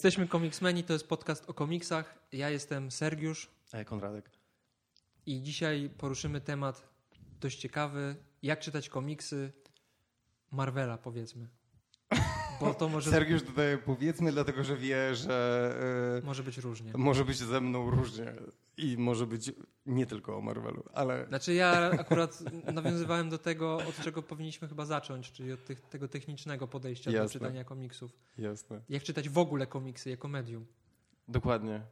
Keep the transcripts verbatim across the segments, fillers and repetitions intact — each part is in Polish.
Jesteśmy Komiksmeni, to jest podcast o komiksach. Ja jestem Sergiusz. A ja Konradek. I dzisiaj poruszymy temat dość ciekawy. Jak czytać komiksy Marvela, powiedzmy. Bo to może... Sergiusz dodaje powiedzmy, dlatego że wie, że... Yy, może być różnie. Może być ze mną różnie. I może być nie tylko o Marvelu, ale... Znaczy ja akurat nawiązywałem do tego, od czego powinniśmy chyba zacząć, czyli od tych, tego technicznego podejścia Jasne. do czytania komiksów. Jasne. Jak czytać w ogóle komiksy jako medium. Dokładnie.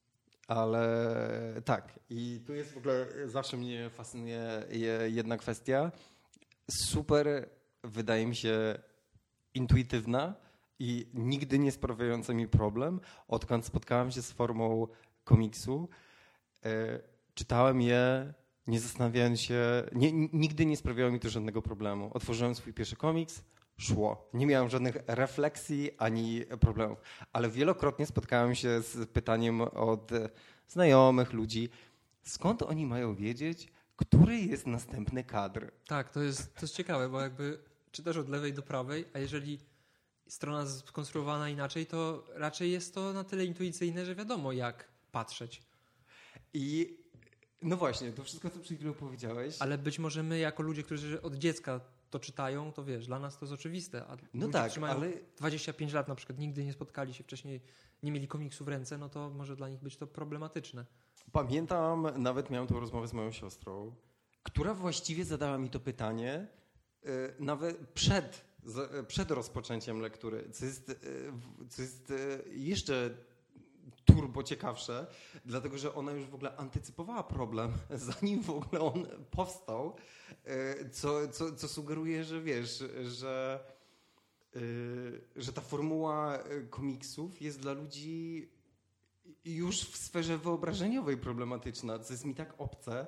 Ale tak. I tu jest w ogóle, zawsze mnie fascynuje jedna kwestia. Super, wydaje mi się, intuitywna i nigdy nie sprawiająca mi problem. Odkąd spotkałem się z formą komiksu, e, czytałem je, nie zastanawiając się, nie, nigdy nie sprawiało mi to żadnego problemu. Otworzyłem swój pierwszy komiks, szło. Nie miałem żadnych refleksji ani problemów. Ale wielokrotnie spotkałem się z pytaniem od znajomych ludzi, skąd oni mają wiedzieć, który jest następny kadr. Tak, to jest, to jest ciekawe, bo jakby czytasz od lewej do prawej, a jeżeli strona jest skonstruowana inaczej, to raczej jest to na tyle intuicyjne, że wiadomo jak patrzeć. I no właśnie, to wszystko, co przed chwilą powiedziałeś. Ale być może my jako ludzie, którzy od dziecka to czytają, to wiesz, dla nas to jest oczywiste. A no ludzie, tak, którzy mają ale... dwadzieścia pięć lat na przykład, nigdy nie spotkali się wcześniej, nie mieli komiksu w ręce, no to może dla nich być to problematyczne. Pamiętam, nawet miałem tą rozmowę z moją siostrą, która właściwie zadała mi to pytanie yy, nawet przed, z, przed rozpoczęciem lektury, co jest, yy, co jest yy, jeszcze turbo ciekawsze, dlatego że ona już w ogóle antycypowała problem, zanim w ogóle on powstał, yy, co, co, co sugeruje, że wiesz, że, yy, że ta formuła komiksów jest dla ludzi już w sferze wyobrażeniowej problematyczna, co jest mi tak obce.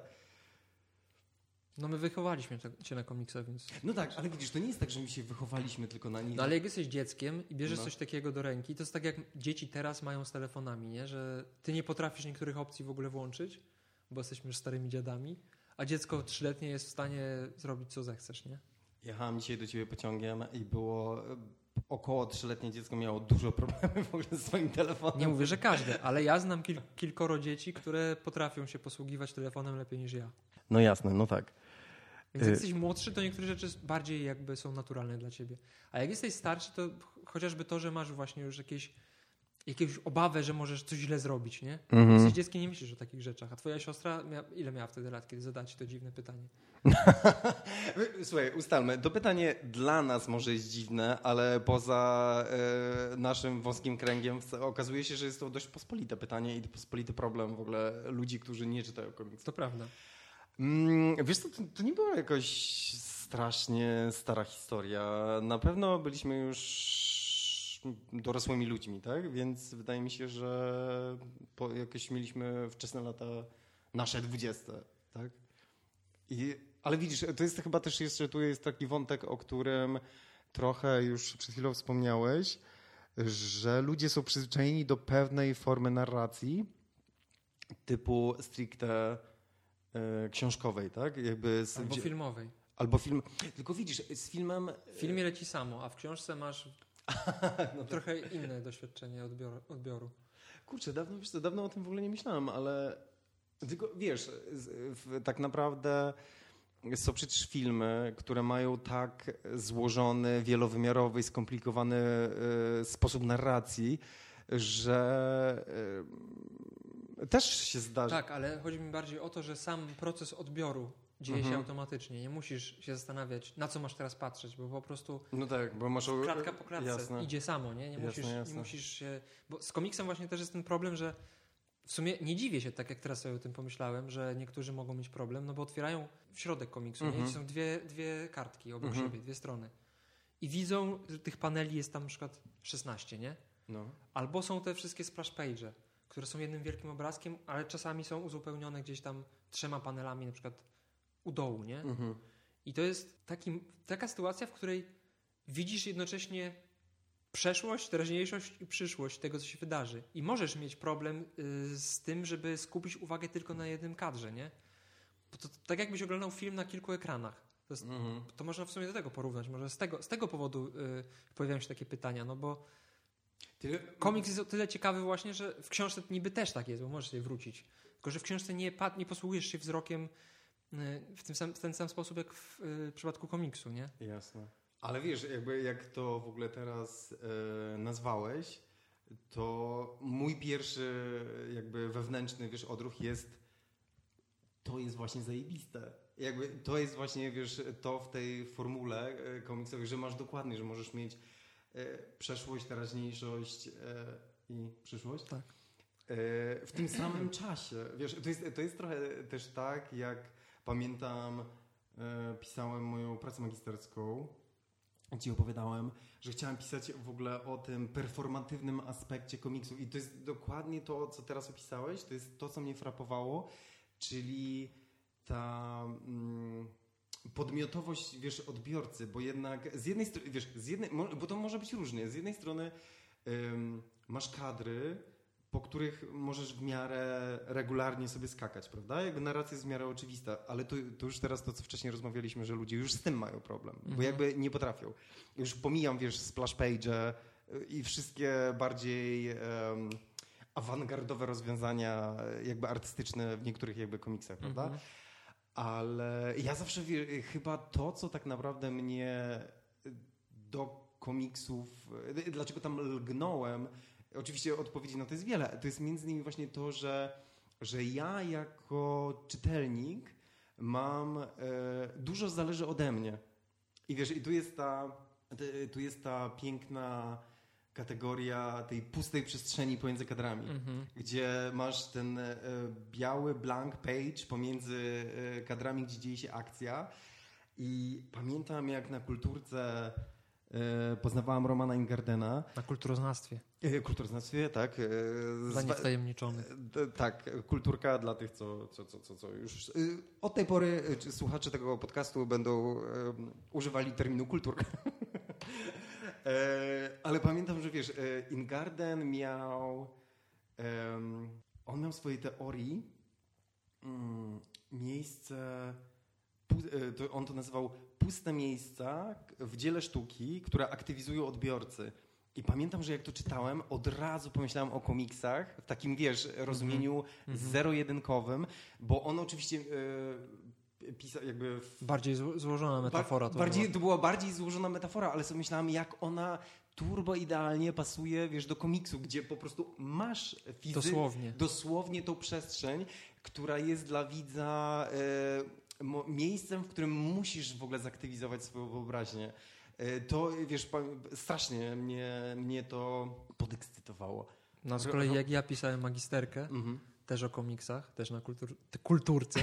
No my wychowaliśmy cię na komiksach, więc... No tak, ale widzisz, to nie jest tak, że my się wychowaliśmy tylko na nich. No ale jak jesteś dzieckiem i bierzesz no. coś takiego do ręki, to jest tak jak dzieci teraz mają z telefonami, nie? Że ty nie potrafisz niektórych opcji w ogóle włączyć, bo jesteśmy już starymi dziadami, a dziecko trzyletnie jest w stanie zrobić co zechcesz, nie? Jechałem dzisiaj do ciebie pociągiem i było... Około trzyletnie dziecko miało dużo problemów w ogóle ze swoim telefonem. Nie mówię, że każde, ale ja znam kil- kilkoro dzieci, które potrafią się posługiwać telefonem lepiej niż ja. No jasne, no tak. Więc jak jesteś młodszy, to niektóre rzeczy bardziej jakby są naturalne dla ciebie. A jak jesteś starszy, to chociażby to, że masz właśnie już jakieś, jakąś obawę, że możesz coś źle zrobić, nie? Mhm. Jesteś dzieckiem, nie myślisz o takich rzeczach. A twoja siostra, mia- ile miała wtedy lat, kiedy zadać ci to dziwne pytanie? Słuchaj, ustalmy. To pytanie dla nas może jest dziwne, ale poza e, naszym wąskim kręgiem okazuje się, że jest to dość pospolite pytanie i pospolity problem w ogóle ludzi, którzy nie czytają komiksów. To prawda. Mm, wiesz co, to, to nie była jakoś strasznie stara historia. Na pewno byliśmy już dorosłymi ludźmi, tak? Więc wydaje mi się, że po, jakoś mieliśmy wczesne lata nasze dwudzieste, tak? I, ale widzisz, to jest chyba też jeszcze, tu jest taki wątek, o którym trochę już przed chwilą wspomniałeś, że ludzie są przyzwyczajeni do pewnej formy narracji typu stricte e, książkowej, tak? Jakby z, Albo gdzie, filmowej. Albo film. Tylko widzisz, z filmem... W filmie leci samo, a w książce masz no trochę inne doświadczenie odbioru. odbioru. Kurczę, dawno, wiesz co, dawno o tym w ogóle nie myślałem, ale tylko wiesz, w, tak naprawdę są przecież filmy, które mają tak złożony, wielowymiarowy i skomplikowany y, sposób narracji, że y, też się zdarzy. Tak, ale chodzi mi bardziej o to, że sam proces odbioru dzieje Mhm. się automatycznie. Nie musisz się zastanawiać, na co masz teraz patrzeć, bo po prostu No tak, bo masz... klatka po klatce Jasne. idzie samo, nie? Nie, Jasne, musisz, jasne. nie musisz się... Bo z komiksem właśnie też jest ten problem, że w sumie nie dziwię się, tak jak teraz sobie o tym pomyślałem, że niektórzy mogą mieć problem, no bo otwierają w środek komiksu, Mhm. nie? I są dwie, dwie kartki obok Mhm. siebie, dwie strony. I widzą, że tych paneli jest tam na przykład szesnaście, nie? No. Albo są te wszystkie splash page'e, które są jednym wielkim obrazkiem, ale czasami są uzupełnione gdzieś tam trzema panelami, na przykład u dołu, nie? Mhm. I to jest taki, taka sytuacja, w której widzisz jednocześnie przeszłość, teraźniejszość i przyszłość tego, co się wydarzy. I możesz mieć problem y, z tym, żeby skupić uwagę tylko na jednym kadrze, nie? Bo to, to tak jakbyś oglądał film na kilku ekranach. To, jest, Mhm. to można w sumie do tego porównać. Może z tego, z tego powodu y, pojawiają się takie pytania, no bo Tyle... Komiks jest o tyle ciekawy właśnie, że w książce niby też tak jest, bo możesz sobie wrócić. Tylko, że w książce nie, pad, nie posługujesz się wzrokiem w, tym sam, w ten sam sposób, jak w, w przypadku komiksu, nie? Jasne. Ale wiesz, jakby jak to w ogóle teraz e, nazwałeś, to mój pierwszy jakby wewnętrzny, wiesz, odruch jest to jest właśnie zajebiste. Jakby to jest właśnie, wiesz, to w tej formule e, komiksowej, że masz dokładnie, że możesz mieć e, przeszłość, teraźniejszość e, i przyszłość. Tak. E, w tym samym czasie. Wiesz, to jest, to jest trochę też tak, jak pamiętam, e, pisałem moją pracę magisterską, gdzie opowiadałem, że chciałem pisać w ogóle o tym performatywnym aspekcie komiksu. I to jest dokładnie to, co teraz opisałeś. To jest to, co mnie frapowało, czyli ta mm, podmiotowość, wiesz, odbiorcy, bo jednak z jednej strony, wiesz, z jednej, bo to może być różnie. Z jednej strony ym, masz kadry, po których możesz w miarę regularnie sobie skakać, prawda? Jakby narracja jest w miarę oczywista, ale to, to już teraz to, co wcześniej rozmawialiśmy, że ludzie już z tym mają problem, mhm. bo jakby nie potrafią. Już pomijam, wiesz, splash page i wszystkie bardziej um, awangardowe rozwiązania jakby artystyczne w niektórych jakby komiksach, prawda? Mhm. Ale ja zawsze wie, chyba to, co tak naprawdę mnie do komiksów, dlaczego tam lgnąłem, oczywiście odpowiedzi na to jest wiele. To jest między innymi właśnie to, że, że ja jako czytelnik mam, e, dużo zależy ode mnie. I wiesz, i tu jest ta, tu jest ta piękna kategoria tej pustej przestrzeni pomiędzy kadrami, mm-hmm. gdzie masz ten e, biały blank page pomiędzy e, kadrami, gdzie dzieje się akcja. I pamiętam, jak na kulturce poznawałam Romana Ingardena. Na kulturoznawstwie. Kulturoznawstwie, tak. Dla niewtajemniczonych. Tak, kulturka dla tych, co, co, co, co, co już od tej pory słuchacze tego podcastu będą um, używali terminu kulturka. Ale pamiętam, że wiesz, Ingarden miał um, on miał w swojej teorii um, miejsce, to on to nazywał puste miejsca w dziele sztuki, które aktywizują odbiorcy. I pamiętam, że jak to czytałem, od razu pomyślałem o komiksach w takim, wiesz, rozumieniu mm-hmm. zero-jedynkowym, bo on oczywiście e, pisał jakby... W... Bardziej zło- złożona metafora. Ba- to, bardziej, była. to była bardziej złożona metafora, ale sobie myślałem, jak ona turbo idealnie pasuje, wiesz, do komiksu, gdzie po prostu masz fizy- dosłownie. dosłownie tą przestrzeń, która jest dla widza... E, miejscem, w którym musisz w ogóle zaktywizować swoją wyobraźnię. To, wiesz, strasznie mnie, mnie to podekscytowało. No z kolei jak ja pisałem magisterkę, mm-hmm. też o komiksach, też na kultur, kulturce,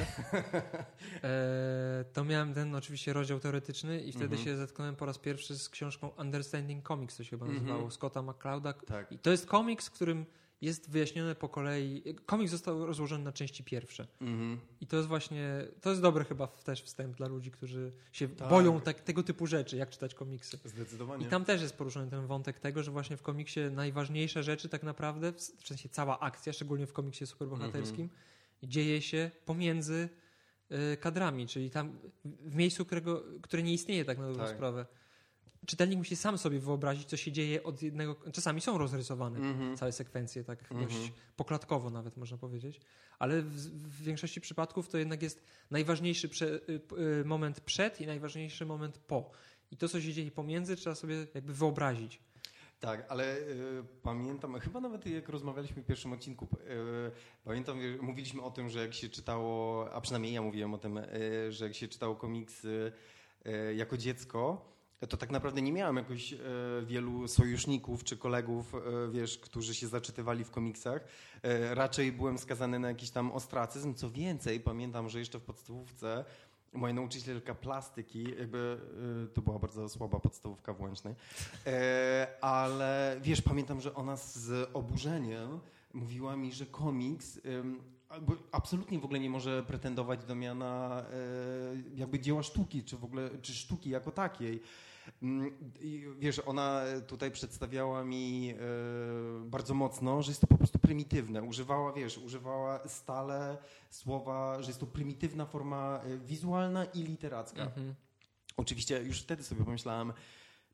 e, to miałem ten oczywiście rozdział teoretyczny i wtedy mm-hmm. się zetknąłem po raz pierwszy z książką Understanding Comics, to się chyba mm-hmm. nazywało, Scotta McClouda. Tak. I to jest komiks, w którym jest wyjaśnione po kolei. Komiks został rozłożony na części pierwsze. Mm-hmm. I to jest właśnie, to jest dobry chyba też wstęp dla ludzi, którzy się tak. boją tak, tego typu rzeczy, jak czytać komiksy. Zdecydowanie. I tam też jest poruszony ten wątek tego, że właśnie w komiksie najważniejsze rzeczy tak naprawdę, w sensie cała akcja, szczególnie w komiksie superbohaterskim, mm-hmm. dzieje się pomiędzy y, kadrami, czyli tam w miejscu, którego, które nie istnieje tak na dobrą tak. sprawę. Czytelnik musi sam sobie wyobrazić, co się dzieje od jednego... Czasami są rozrysowane mm-hmm. całe sekwencje, tak mm-hmm. dość poklatkowo nawet można powiedzieć, ale w, w większości przypadków to jednak jest najważniejszy prze, y, y, moment przed i najważniejszy moment po. I to, co się dzieje pomiędzy, trzeba sobie jakby wyobrazić. Tak, ale y, pamiętam, chyba nawet jak rozmawialiśmy w pierwszym odcinku, y, pamiętam, y, mówiliśmy o tym, że jak się czytało, a przynajmniej ja mówiłem o tym, y, że jak się czytało komiksy y, jako dziecko, to tak naprawdę nie miałem jakoś e, wielu sojuszników czy kolegów, e, wiesz, którzy się zaczytywali w komiksach. E, raczej byłem skazany na jakiś tam ostracyzm. Co więcej, pamiętam, że jeszcze w podstawówce moja nauczycielka plastyki, jakby e, to była bardzo słaba podstawówka w Łęcznej, e, ale wiesz, pamiętam, że ona z oburzeniem mówiła mi, że komiks... E, absolutnie w ogóle nie może pretendować do miana e, jakby dzieła sztuki, czy w ogóle, czy sztuki jako takiej. I wiesz, ona tutaj przedstawiała mi e, bardzo mocno, że jest to po prostu prymitywne. Używała, wiesz, używała stale słowa, że jest to prymitywna forma wizualna i literacka. Mhm. Oczywiście już wtedy sobie pomyślałem,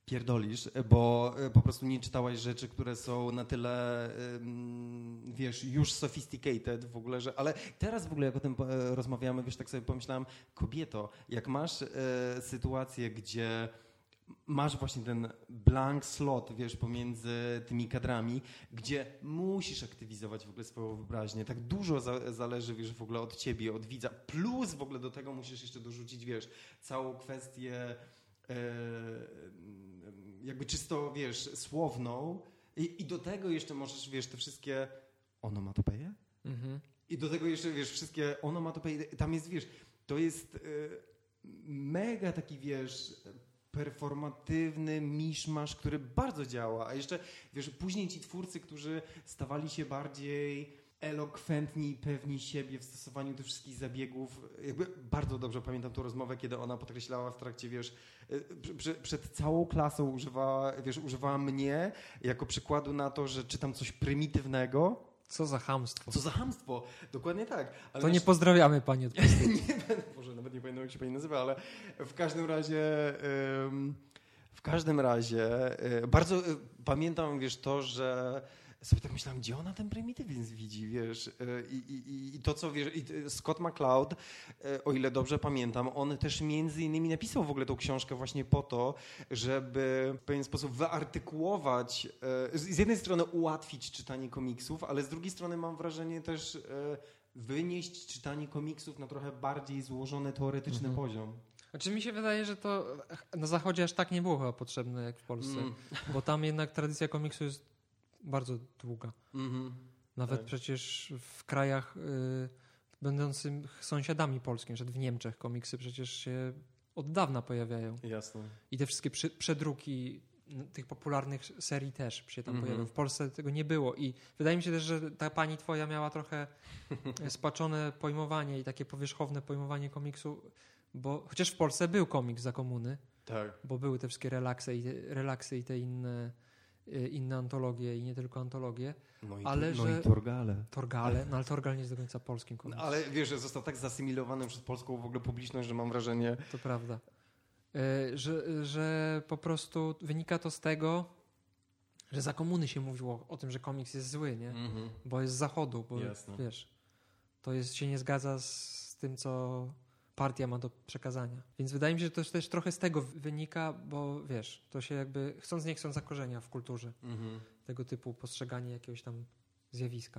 pierdolisz, bo po prostu nie czytałaś rzeczy, które są na tyle, wiesz, już sophisticated w ogóle, że... Ale teraz w ogóle jak o tym rozmawiamy, wiesz, tak sobie pomyślałem, kobieto, jak masz e, sytuację, gdzie masz właśnie ten blank slot, wiesz, pomiędzy tymi kadrami, gdzie musisz aktywizować w ogóle swoją wyobraźnię. Tak dużo za, zależy, wiesz, w ogóle od ciebie, od widza. Plus w ogóle do tego musisz jeszcze dorzucić, wiesz, całą kwestię e, jakby czysto, wiesz, słowną. I, i do tego jeszcze możesz, wiesz, te wszystkie onomatopeje? Mhm. I do tego jeszcze, wiesz, wszystkie onomatopeje. Tam jest, wiesz, to jest e, mega taki, wiesz... performatywny miszmasz, który bardzo działa, a jeszcze, wiesz, później ci twórcy, którzy stawali się bardziej elokwentni i pewni siebie w stosowaniu tych wszystkich zabiegów, jakby bardzo dobrze pamiętam tą rozmowę, kiedy ona podkreślała w trakcie, wiesz, przy, przed całą klasą używała, wiesz, używała mnie jako przykładu na to, że czytam coś prymitywnego. Co za chamstwo. Co za chamstwo, dokładnie tak. Ale to wiesz, nie pozdrawiamy pani od nie będę, Boże, nawet nie pamiętam, jak się pani nazywa, ale w każdym razie, w każdym razie bardzo pamiętam, wiesz, to, że sobie tak myślałem, gdzie ona ten prymitywizm widzi, wiesz, i, i, i to, co, wiesz, i Scott McCloud, o ile dobrze pamiętam, on też między innymi napisał w ogóle tą książkę właśnie po to, żeby w pewien sposób wyartykułować, z jednej strony ułatwić czytanie komiksów, ale z drugiej strony mam wrażenie też wynieść czytanie komiksów na trochę bardziej złożony, teoretyczny mhm. poziom. Znaczy mi się wydaje, że to na zachodzie aż tak nie było chyba potrzebne jak w Polsce, mm. bo tam jednak tradycja komiksu jest bardzo długa. Mm-hmm. Nawet tak. Przecież w krajach y, będących sąsiadami polskim, że w Niemczech komiksy przecież się od dawna pojawiają. Jasne. I te wszystkie przy, przedruki tych popularnych serii też się tam mm-hmm. pojawiają. W Polsce tego nie było i wydaje mi się też, że ta pani twoja miała trochę spaczone pojmowanie i takie powierzchowne pojmowanie komiksu, bo chociaż w Polsce był komiks za komuny, tak. bo były te wszystkie relaksy i te, relaksy i te inne inne antologie i nie tylko antologie, no i, ale no że... i Torgale. Torgale, no ale Torgal nie jest do końca polskim komiksem. No, ale wiesz, że został tak zasymilowany przez polską w ogóle publiczność, że mam wrażenie... To prawda. Yy, że, że po prostu wynika to z tego, że za komuny się mówiło o tym, że komiks jest zły, nie? Mm-hmm. Bo jest z zachodu, bo Jasne. wiesz, to jest, się nie zgadza z, z tym, co partia ma do przekazania. Więc wydaje mi się, że to też trochę z tego wynika, bo wiesz, to się jakby chcąc nie chcąc zakorzenia w kulturze. Mm-hmm. Tego typu postrzeganie jakiegoś tam zjawiska.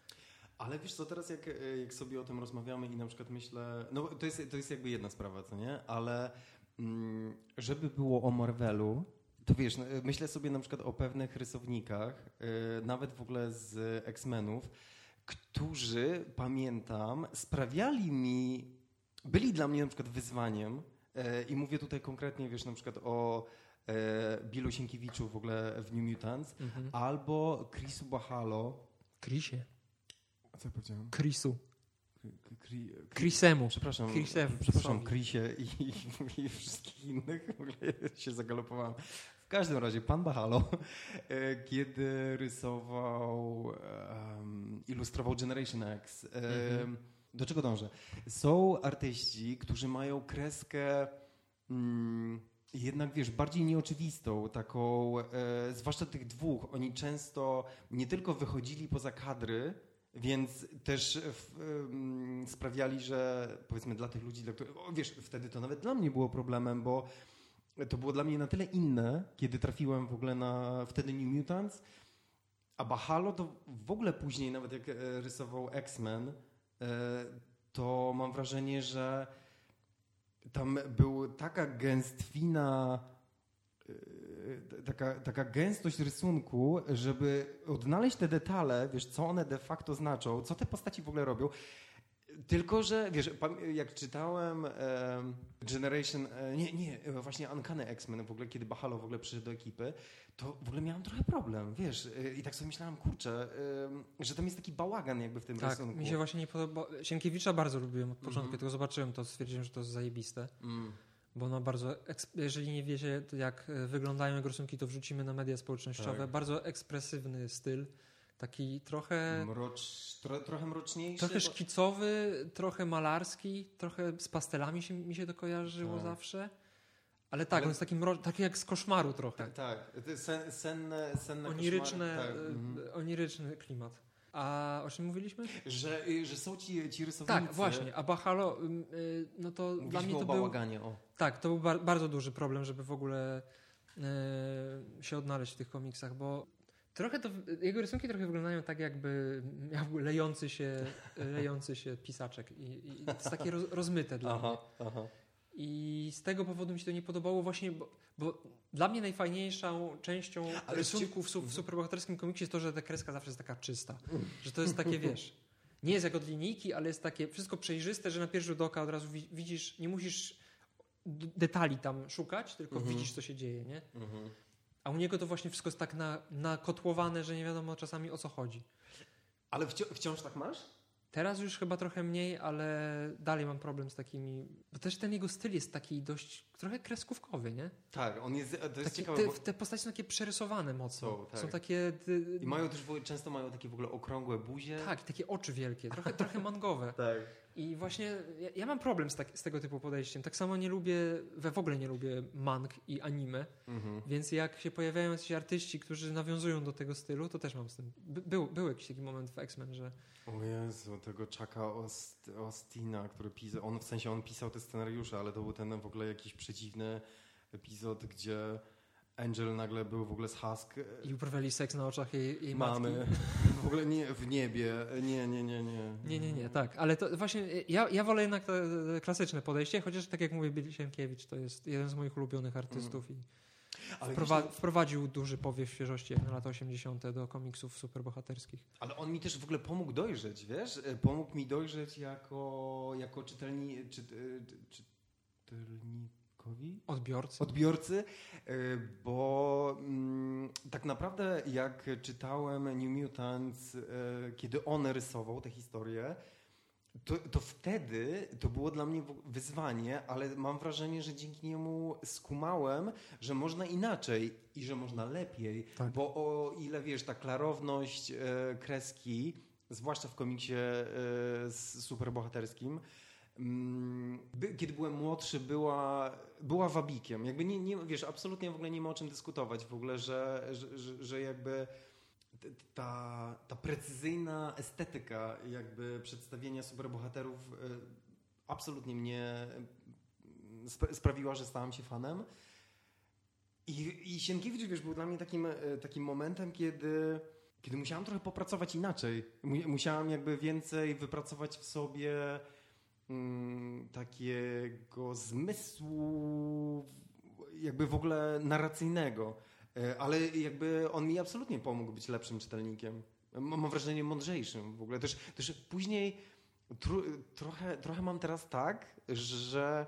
Ale wiesz co, teraz jak, jak sobie o tym rozmawiamy i na przykład myślę, no to jest, to jest jakby jedna sprawa, co nie? Ale mm, żeby było o Marvelu, to wiesz, no, myślę sobie na przykład o pewnych rysownikach, yy, nawet w ogóle z X-Menów, którzy, pamiętam, sprawiali mi byli dla mnie na przykład wyzwaniem e, i mówię tutaj konkretnie, wiesz, na przykład o e, Billu Sienkiewiczu w ogóle w New Mutants, mm-hmm. albo Chrisu Bachalo. Chrisie. A co ja powiedziałem? Chrisu. Kri, Chrisemu. Przepraszam, Chrisem. przepraszam, Chrisie i, i, i wszystkich innych. W ogóle się zagalopowałem. W każdym razie pan Bachalo, e, kiedy rysował, um, ilustrował Generation X, e, mm-hmm. do czego dążę? Są artyści, którzy mają kreskę mm, jednak, wiesz, bardziej nieoczywistą, taką, e, zwłaszcza tych dwóch. Oni często nie tylko wychodzili poza kadry, więc też w, um, sprawiali, że powiedzmy dla tych ludzi, dla których, o, wiesz, wtedy to nawet dla mnie było problemem, bo to było dla mnie na tyle inne, kiedy trafiłem w ogóle na wtedy New Mutants, a Bachalo to w ogóle później, nawet jak rysował X-Men, to mam wrażenie, że tam była taka gęstwina, taka, taka gęstość rysunku, żeby odnaleźć te detale, wiesz, co one de facto znaczą, co te postaci w ogóle robią. Tylko, że wiesz, jak czytałem e, Generation, e, nie, nie, właśnie Uncanny X-Men w ogóle, kiedy Bachalo w ogóle przyszedł do ekipy, to w ogóle miałem trochę problem, wiesz, e, i tak sobie myślałem, kurczę, e, że tam jest taki bałagan jakby w tym tak, rysunku. Tak, mi się właśnie nie podoba. Sienkiewicza bardzo lubiłem od początku, mm-hmm. tylko zobaczyłem to, stwierdziłem, że to jest zajebiste, mm. bo ona bardzo, jeżeli nie wiecie jak wyglądają jego rysunki, to wrzucimy na media społecznościowe, tak. Bardzo ekspresywny styl. Taki trochę... Mrocz, tro, trochę mroczniejszy. Trochę szkicowy, bo... trochę malarski, trochę z pastelami się, mi się to kojarzyło tak. zawsze. Ale tak, ale... on jest taki, mro... taki jak z koszmaru trochę. Tak, tak. To jest sen, senne, senne Oniryczne, tak. y, oniryczny klimat. A o czym mówiliśmy? Że, że są ci, ci rysownicy. Tak, właśnie. A Bachalo, y, no to Mówiliśmy dla mnie to o bałaganie, był... o. Tak, to był bar- bardzo duży problem, żeby w ogóle y, się odnaleźć w tych komiksach, bo trochę to, jego rysunki trochę wyglądają tak, jakby miał lejący się, lejący się pisaczek i, i to jest takie roz, rozmyte dla aha, mnie. Aha. I z tego powodu mi się to nie podobało właśnie, bo, bo dla mnie najfajniejszą częścią ale rysunków ci... w superbohaterskim komiksie jest to, że ta kreska zawsze jest taka czysta. Że to jest takie, wiesz, nie jest jak od linijki, ale jest takie wszystko przejrzyste, że na pierwszy rzut oka od razu widzisz, nie musisz detali tam szukać, tylko mhm. widzisz, co się dzieje, nie? Mhm. A u niego to właśnie wszystko jest tak na, nakotłowane, że nie wiadomo czasami o co chodzi. Ale wci- wciąż tak masz? Teraz już chyba trochę mniej, ale dalej mam problem z takimi... Bo też ten jego styl jest taki dość trochę kreskówkowy, nie? Tak, on jest... To jest taki, ciekawe, te, bo... te postacie są takie przerysowane mocno. Są, tak. Są takie... Ty... I mają też, często mają takie w ogóle okrągłe buzie. Tak, takie oczy wielkie, trochę, trochę mangowe. Tak. I właśnie ja, ja mam problem z, tak, z tego typu podejściem. Tak samo nie lubię, we w ogóle nie lubię mang i anime, mhm. więc jak się pojawiają jacyś artyści, którzy nawiązują do tego stylu, to też mam z tym... By, był, był jakiś taki moment w X-Men, że... O Jezu, tego Chucka Ost- Austina, który pisał, on w sensie on pisał te scenariusze, ale to był ten w ogóle jakiś przeciwny epizod, gdzie Angel nagle był w ogóle z Husk. I uprawiali seks na oczach jej, jej mamy. matki. W ogóle nie, w niebie. Nie, nie, nie, nie. Nie, nie, nie, tak. Ale to właśnie, ja, ja wolę jednak to klasyczne podejście, chociaż tak jak mówię, Bill Sienkiewicz to jest jeden z moich ulubionych artystów mm. i ale wprowa- wiesz, wprowadził duży powiew świeżości jak na lata osiemdziesiąte do komiksów superbohaterskich. Ale on mi też w ogóle pomógł dojrzeć, wiesz? Pomógł mi dojrzeć jako, jako czytelni, czy, czy, czytelnikowi? Odbiorcy. Odbiorcy, bo mm, tak naprawdę jak czytałem New Mutants, kiedy on rysował tę historię, To, to wtedy to było dla mnie wyzwanie, ale mam wrażenie, że dzięki niemu skumałem, że można inaczej i że można lepiej, tak. Bo o ile wiesz, ta klarowność e, kreski, zwłaszcza w komiksie e, superbohaterskim, mm, by, kiedy byłem młodszy, była, była wabikiem. Jakby nie, nie, wiesz, absolutnie w ogóle nie ma o czym dyskutować w ogóle, że, że, że, że jakby Ta, ta precyzyjna estetyka jakby przedstawienia superbohaterów absolutnie mnie spra- sprawiła, że stałem się fanem. I, i Sienkiewicz, wiesz, był dla mnie takim, takim momentem, kiedy, kiedy musiałem trochę popracować inaczej. Musiałem jakby więcej wypracować w sobie mm, takiego zmysłu jakby w ogóle narracyjnego. Ale jakby on mi absolutnie pomógł być lepszym czytelnikiem. Mam wrażenie mądrzejszym w ogóle. Też, też później tru, trochę, trochę mam teraz tak, że,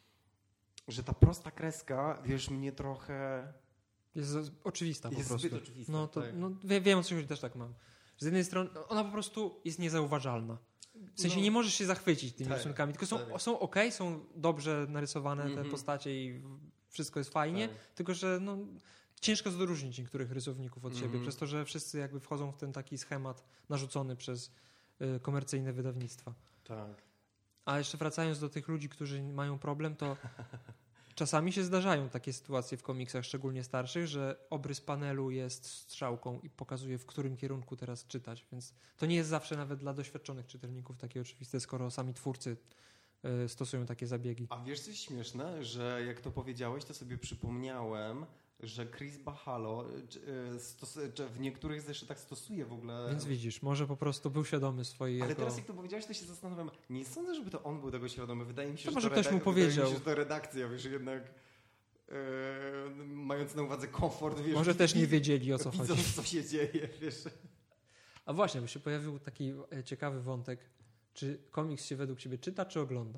że ta prosta kreska, wiesz, mnie trochę... Jest oczywista po jest prostu. Jest zbyt oczywista. No to, tak. no, wie, wiem o co chodzi, też tak mam. Z jednej strony ona po prostu jest niezauważalna. W sensie no, nie możesz się zachwycić tymi tak, rysunkami, tylko są, tak. są okej, okay, są dobrze narysowane mm-hmm. te postacie i wszystko jest fajnie, tak. tylko że no, ciężko odróżnić niektórych rysowników od mm-hmm. siebie, przez to, że wszyscy jakby wchodzą w ten taki schemat narzucony przez y, komercyjne wydawnictwa. Tak. A jeszcze wracając do tych ludzi, którzy mają problem, to czasami się zdarzają takie sytuacje w komiksach, szczególnie starszych, że obrys panelu jest strzałką i pokazuje, w którym kierunku teraz czytać, więc to nie jest zawsze nawet dla doświadczonych czytelników takie oczywiste, skoro sami twórcy y, stosują takie zabiegi. A wiesz coś śmieszne, że jak to powiedziałeś, to sobie przypomniałem, że Chris Bachalo stos- w niektórych zeszytach stosuje w ogóle... Więc widzisz, może po prostu był świadomy swojej... Ale jako... teraz jak to powiedziałeś, to się zastanawiam. Nie sądzę, żeby to on był tego świadomy. Wydaje mi się, to że może to ktoś redak- mu powiedział. Wydaje mi się, że to redakcja, wiesz, jednak yy, mając na uwadze komfort, wiesz... Może też nie wiedzieli, o co widząc, chodzi. co się dzieje, wiesz. A właśnie, bo się pojawił taki ciekawy wątek. Czy komiks się według ciebie czyta, czy ogląda?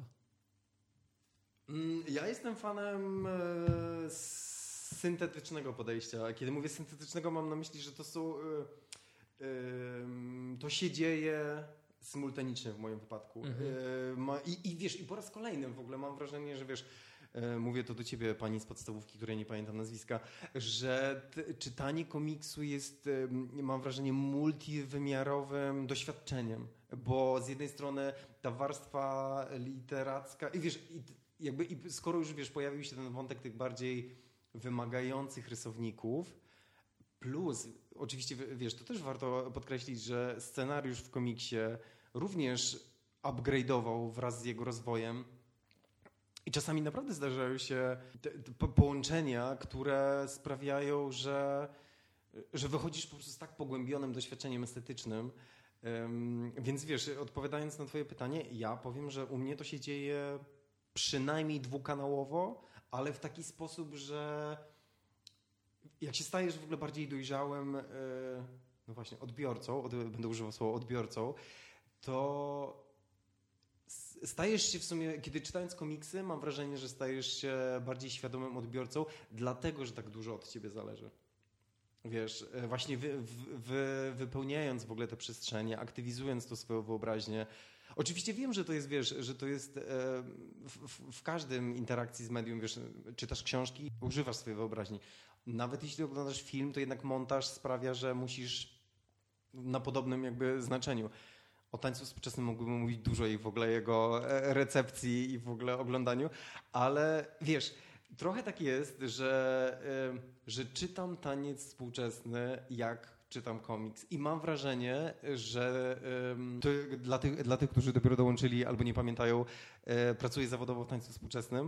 Ja jestem fanem e, syntetycznego podejścia. Kiedy mówię syntetycznego, mam na myśli, że to są... E, e, to się dzieje symultanicznie w moim wypadku. Mhm. E, ma, i, I wiesz, i po raz kolejny w ogóle mam wrażenie, że wiesz, mówię to do ciebie, pani z podstawówki, której nie pamiętam nazwiska, że t- czytanie komiksu jest, mam wrażenie, multiwymiarowym doświadczeniem, bo z jednej strony ta warstwa literacka i wiesz, i jakby i skoro już wiesz, pojawił się ten wątek tych bardziej wymagających rysowników, plus oczywiście wiesz, to też warto podkreślić, że scenariusz w komiksie również upgrade'ował wraz z jego rozwojem i czasami naprawdę zdarzają się te, te połączenia, które sprawiają, że, że wychodzisz po prostu z tak pogłębionym doświadczeniem estetycznym. Um, więc wiesz, odpowiadając na twoje pytanie, ja powiem, że u mnie to się dzieje przynajmniej dwukanałowo, ale w taki sposób, że jak się stajesz w ogóle bardziej dojrzałym, yy, no właśnie, odbiorcą, od, będę używał słowa odbiorcą, to stajesz się w sumie, kiedy czytając komiksy, mam wrażenie, że stajesz się bardziej świadomym odbiorcą, dlatego, że tak dużo od ciebie zależy. Wiesz, właśnie wy, wy, wypełniając w ogóle te przestrzenie, aktywizując to swoją wyobraźnię. Oczywiście wiem, że to jest, wiesz, że to jest w, w, w każdym interakcji z medium, wiesz, czytasz książki, używasz swojej wyobraźni. Nawet jeśli oglądasz film, to jednak montaż sprawia, że musisz na podobnym jakby znaczeniu. O tańcu współczesnym mógłbym mówić dużo i w ogóle jego recepcji i w ogóle oglądaniu, ale wiesz, trochę tak jest, że, że czytam taniec współczesny jak czytam komiks i mam wrażenie, że to dla tych, dla tych, którzy dopiero dołączyli albo nie pamiętają, pracuję zawodowo w tańcu współczesnym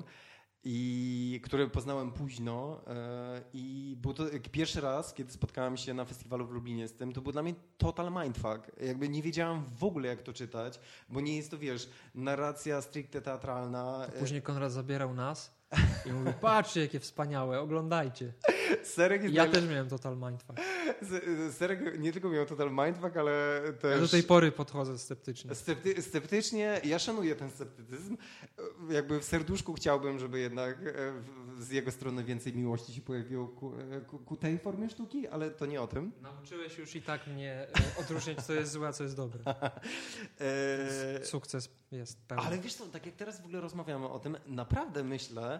i który poznałem późno i był to pierwszy raz, kiedy spotkałem się na festiwalu w Lublinie z tym, to był dla mnie total mindfuck. Jakby nie wiedziałem w ogóle, jak to czytać, bo nie jest to, wiesz, narracja stricte teatralna. To później Konrad zabierał nas i mówił, patrzcie, jakie wspaniałe, oglądajcie. Serek jest ja najle... też miałem total mindfuck. Serek nie tylko miał total mindfuck, ale też... Ja do tej pory podchodzę sceptycznie. Scepty... Sceptycznie, ja szanuję ten sceptycyzm. Jakby w serduszku chciałbym, żeby jednak z jego strony więcej miłości się pojawiło ku, ku, ku tej formie sztuki, ale to nie o tym. Nauczyłeś już i tak mnie odróżniać, co jest złe, a co jest dobre. Sukces jest pełny. Ale wiesz co, tak jak teraz w ogóle rozmawiamy o tym, naprawdę myślę,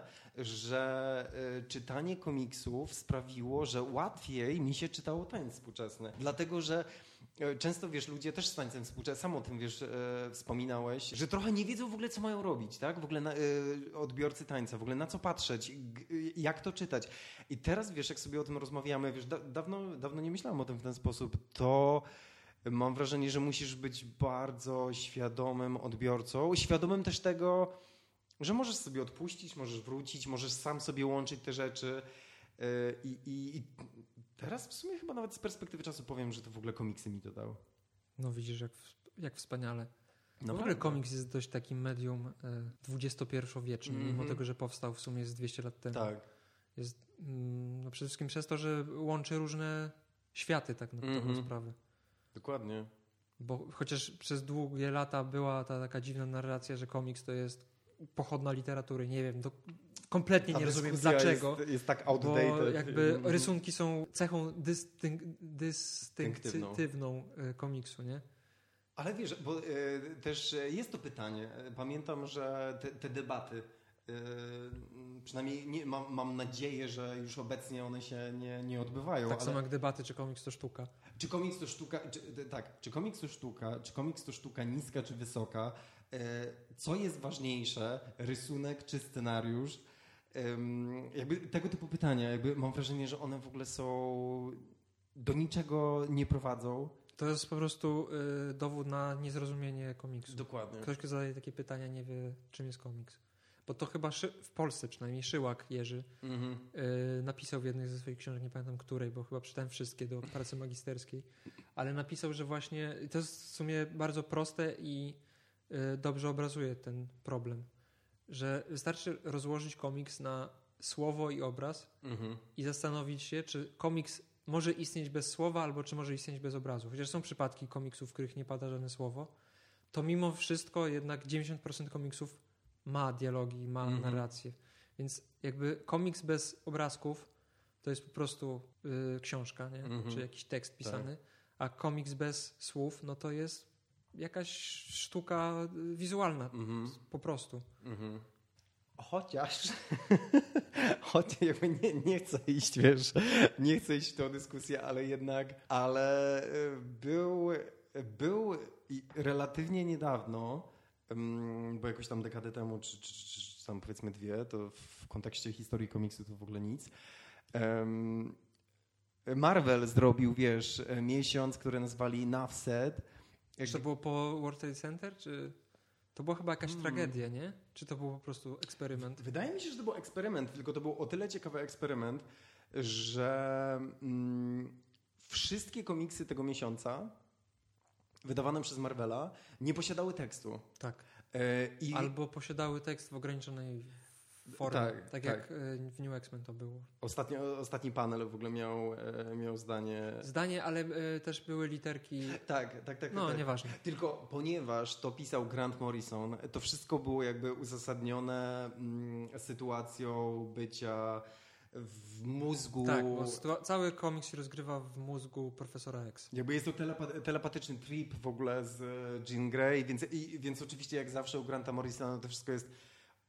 że czytanie komiksów sprawiło, że łatwiej mi się czytało tańc współczesny. Dlatego, że często, wiesz, ludzie też z tańcem współczesnym, sam o tym, wiesz, e, wspominałeś, że trochę nie wiedzą w ogóle, co mają robić, tak? W ogóle na, e, odbiorcy tańca, w ogóle na co patrzeć, g, jak to czytać. I teraz, wiesz, jak sobie o tym rozmawiamy, wiesz, da, dawno, dawno nie myślałem o tym w ten sposób, to mam wrażenie, że musisz być bardzo świadomym odbiorcą, świadomym też tego, że możesz sobie odpuścić, możesz wrócić, możesz sam sobie łączyć te rzeczy e, i, i, i teraz w sumie chyba nawet z perspektywy czasu powiem, że to w ogóle komiksy mi to dały. No widzisz, jak, jak wspaniale. No w ogóle komiks jest dość takim medium dwudziestopierwowiecznym, mm-hmm. mimo tego, że powstał w sumie z dwieście lat temu. Tak. Jest mm, no przede wszystkim przez to, że łączy różne światy tak na dobrą mm-hmm. sprawę. Dokładnie. Bo chociaż przez długie lata była ta taka dziwna narracja, że komiks to jest pochodna literatury, nie wiem, to kompletnie nie rozumiem dlaczego. Jest, jest tak outdated. Bo jakby rysunki są cechą dystynk, dystynktywną komiksu, nie? Ale wiesz, bo y, też jest to pytanie. Pamiętam, że te, te debaty, y, przynajmniej nie, mam, mam nadzieję, że już obecnie one się nie, nie odbywają. Tak ale... samo jak debaty, czy komiks to sztuka. Czy komiks to sztuka, czy, tak, czy komiks to sztuka, czy komiks to sztuka niska czy wysoka? Y, co jest ważniejsze, rysunek czy scenariusz? Jakby tego typu pytania, jakby mam wrażenie, że one w ogóle są, do niczego nie prowadzą. To jest po prostu y, dowód na niezrozumienie komiksu. Dokładnie. Ktoś, kto zadaje takie pytania, nie wie, czym jest komiks. Bo to chyba szy- w Polsce przynajmniej Szyłak Jerzy mm-hmm. y, napisał w jednej ze swoich książek, nie pamiętam której, bo chyba czytałem wszystkie do pracy magisterskiej, ale napisał, że właśnie to jest w sumie bardzo proste i y, dobrze obrazuje ten problem. Że wystarczy rozłożyć komiks na słowo i obraz mm-hmm. i zastanowić się, czy komiks może istnieć bez słowa, albo czy może istnieć bez obrazu. Chociaż są przypadki komiksów, w których nie pada żadne słowo, to mimo wszystko jednak dziewięćdziesiąt procent komiksów ma dialogi, ma mm-hmm. narrację. Więc jakby komiks bez obrazków to jest po prostu y, książka, nie? Mm-hmm. Czy jakiś tekst pisany, tak. A komiks bez słów, no to jest jakaś sztuka wizualna mm-hmm. po prostu. Mm-hmm. Chociaż, chociaż jakby nie, nie chcę iść, wiesz, nie chcę iść w tą dyskusję, ale jednak, ale był, był relatywnie niedawno, bo jakoś tam dekadę temu, czy, czy, czy, czy tam powiedzmy dwie, to w kontekście historii komiksu to w ogóle nic. Marvel zrobił, wiesz, miesiąc, który nazwali Enough Said. Czy to było po World Trade Center, czy... To była chyba jakaś Hmm. tragedia, nie? Czy to był po prostu eksperyment? Wydaje mi się, że to był eksperyment, tylko to był o tyle ciekawy eksperyment, że mm, wszystkie komiksy tego miesiąca wydawane przez Marvela nie posiadały tekstu. Tak. E, i... Albo posiadały tekst w ograniczonej formie, tak, tak, tak jak w New X-Men to było. Ostatni, ostatni panel w ogóle miał, miał zdanie... Zdanie, ale y, też były literki... Tak, tak, tak. No, tak. nieważne. Tylko ponieważ to pisał Grant Morrison, to wszystko było jakby uzasadnione mm, sytuacją bycia w mózgu... Tak, bo sytua- cały komiks się rozgrywa w mózgu Profesora X. Jakby jest to telepa- telepatyczny trip w ogóle z Jean Grey, więc, i, więc oczywiście jak zawsze u Granta Morrisona to wszystko jest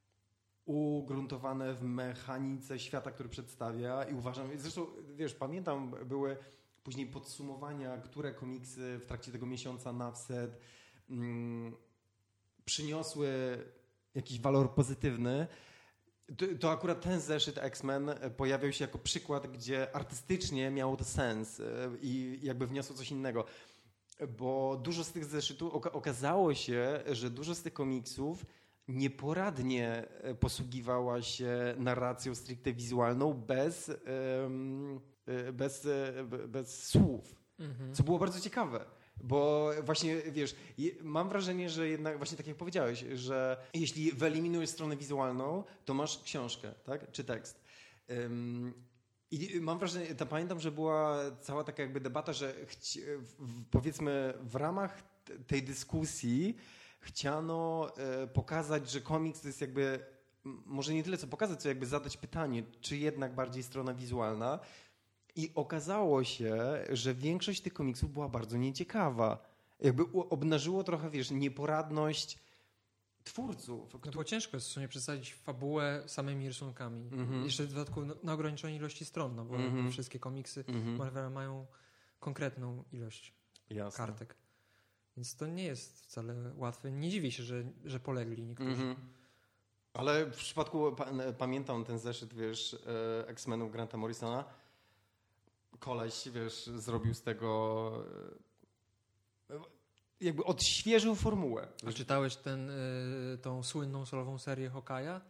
ugruntowane w mechanice świata, który przedstawia i uważam, zresztą wiesz, pamiętam, były później podsumowania, które komiksy w trakcie tego miesiąca Enough Said mm, przyniosły jakiś walor pozytywny. To, to akurat ten zeszyt X-Men pojawiał się jako przykład, gdzie artystycznie miało to sens i jakby wniosło coś innego. Bo dużo z tych zeszytów, oka- okazało się, że dużo z tych komiksów nieporadnie posługiwała się narracją stricte wizualną bez, um, bez, bez słów, mhm. co było bardzo ciekawe. Bo właśnie, wiesz, mam wrażenie, że jednak, właśnie tak jak powiedziałeś, że jeśli wyeliminujesz stronę wizualną, to masz książkę, tak? Czy tekst. Um, I mam wrażenie, to pamiętam, że była cała taka jakby debata, że chci, w, powiedzmy w ramach tej dyskusji chciano e, pokazać, że komiks to jest jakby, może nie tyle co pokazać, co jakby zadać pytanie, czy jednak bardziej strona wizualna. I okazało się, że większość tych komiksów była bardzo nieciekawa. Jakby obnażyło trochę, wiesz, nieporadność twórców. No bo ciężko jest w sumie przedstawić fabułę samymi rysunkami. Mm-hmm. Jeszcze w dodatku na ograniczonej ilości stron, no bo mm-hmm. wszystkie komiksy mm-hmm. Marvela mają konkretną ilość Jasne. kartek. Więc to nie jest wcale łatwe. Nie dziwię się, że, że polegli niektórzy. Mm-hmm. Ale w przypadku, pa, pamiętam ten zeszyt, wiesz, X-Menów Granta Morrisona, koleś, wiesz, zrobił z tego, jakby odświeżył formułę. A czytałeś ten, y, tą słynną solową serię Hawkeye'a?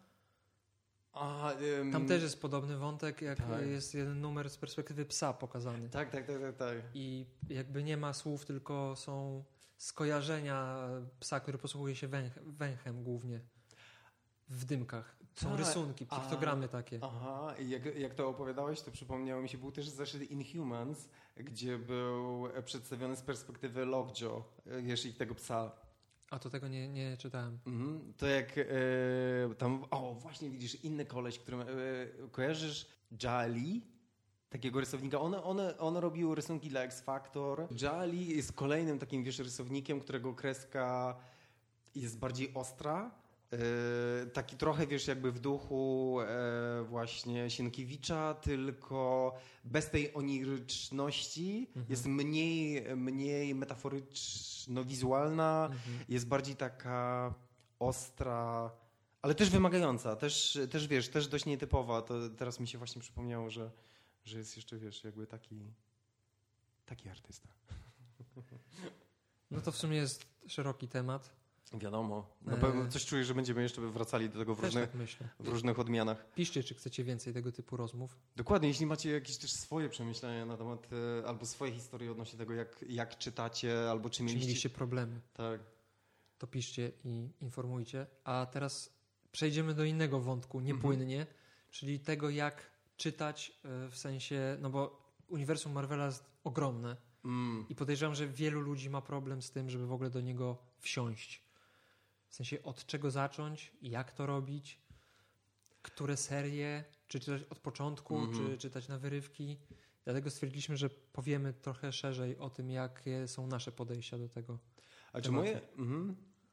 A, ym... Tam też jest podobny wątek, jak tak. jest jeden numer z perspektywy psa pokazany. Tak, tak, tak, tak, tak. I jakby nie ma słów, tylko są skojarzenia psa, który posługuje się węch, węchem głównie w dymkach. Są tak. rysunki, piktogramy A, takie. Aha, i jak, jak to opowiadałeś, to przypomniało mi się, był też zeszyt Inhumans, gdzie był przedstawiony z perspektywy Lockjaw, wiesz, ich tego psa. A to tego nie, nie czytałem. Mhm. To jak e, tam, o właśnie widzisz, inny koleś, którym e, kojarzysz Jali, takiego rysownika. One, one, one robiły rysunki dla X Factor. Jali jest kolejnym takim, wiesz, rysownikiem, którego kreska jest bardziej ostra. Yy, taki trochę, wiesz, jakby w duchu e, właśnie Sienkiewicza, tylko bez tej oniryczności, mhm. jest mniej, mniej metaforyczno-wizualna, mhm. jest bardziej taka ostra, ale też wymagająca, też, też wiesz, też dość nietypowa. To teraz mi się właśnie przypomniało, że, że jest jeszcze, wiesz, jakby taki, taki artysta. No to w sumie jest szeroki temat. Wiadomo. Na pewno coś czuję, że będziemy jeszcze wracali do tego w, różnych, tak myślę. w różnych odmianach. Piszcie, czy chcecie więcej tego typu rozmów. Dokładnie. Jeśli macie jakieś też swoje przemyślenia na temat, albo swoje historie odnośnie tego, jak, jak czytacie, albo czy mieliście... Czy mieliście problemy. Tak. To piszcie i informujcie. A teraz przejdziemy do innego wątku, niepłynnie, mhm. czyli tego, jak czytać w sensie, no bo uniwersum Marvela jest ogromne mm. i podejrzewam, że wielu ludzi ma problem z tym, żeby w ogóle do niego wsiąść. W sensie od czego zacząć, jak to robić, które serie, czy czytać od początku, mm-hmm. czy czytać na wyrywki. Dlatego stwierdziliśmy, że powiemy trochę szerzej o tym, jakie są nasze podejścia do tego. A czy moje, mm-hmm.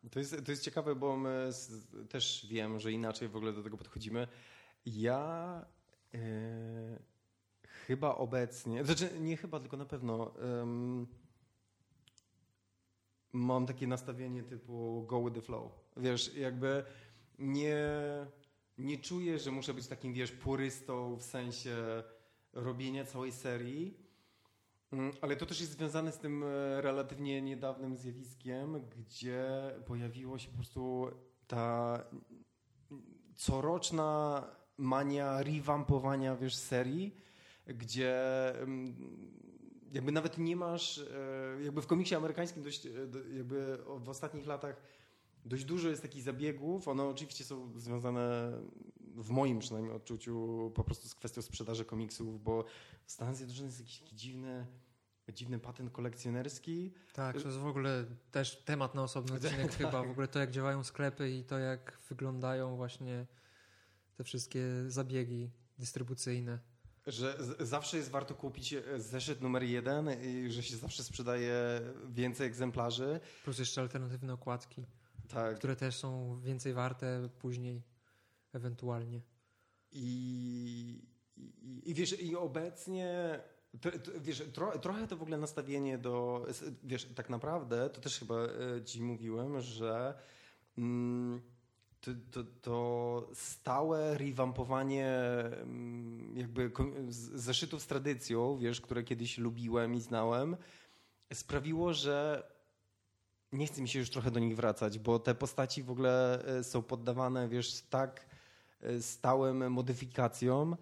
To jest, to jest ciekawe, bo my z, też wiem, że inaczej w ogóle do tego podchodzimy. Ja e, chyba obecnie, znaczy nie chyba, tylko na pewno um, mam takie nastawienie typu go with the flow. Wiesz, jakby nie, nie czuję, że muszę być takim, wiesz, purystą w sensie robienia całej serii, ale to też jest związane z tym relatywnie niedawnym zjawiskiem, gdzie pojawiło się po prostu ta coroczna mania rewampowania, wiesz, serii, gdzie jakby nawet nie masz, jakby w komiksie amerykańskim dość, jakby w ostatnich latach dość dużo jest takich zabiegów. One oczywiście są związane w moim przynajmniej odczuciu po prostu z kwestią sprzedaży komiksów, bo w Stanach Zjednoczonych jest jakiś taki dziwny, dziwny patent kolekcjonerski. Tak, to jest w ogóle też temat na osobny odcinek chyba. W ogóle to, jak działają sklepy i to, jak wyglądają właśnie te wszystkie zabiegi dystrybucyjne. Że z- zawsze jest warto kupić zeszyt numer jeden i że się zawsze sprzedaje więcej egzemplarzy. Plus jeszcze alternatywne okładki, Tak. które też są więcej warte później ewentualnie. I, i, i wiesz, i obecnie to, to, wiesz, tro, trochę to w ogóle nastawienie do, wiesz, tak naprawdę, to też chyba ci mówiłem, że mm, to, to, to stałe rewampowanie jakby zeszytów z tradycją, wiesz, które kiedyś lubiłem i znałem, sprawiło, że nie chce mi się już trochę do nich wracać, bo te postaci w ogóle są poddawane, wiesz, tak stałym modyfikacjom,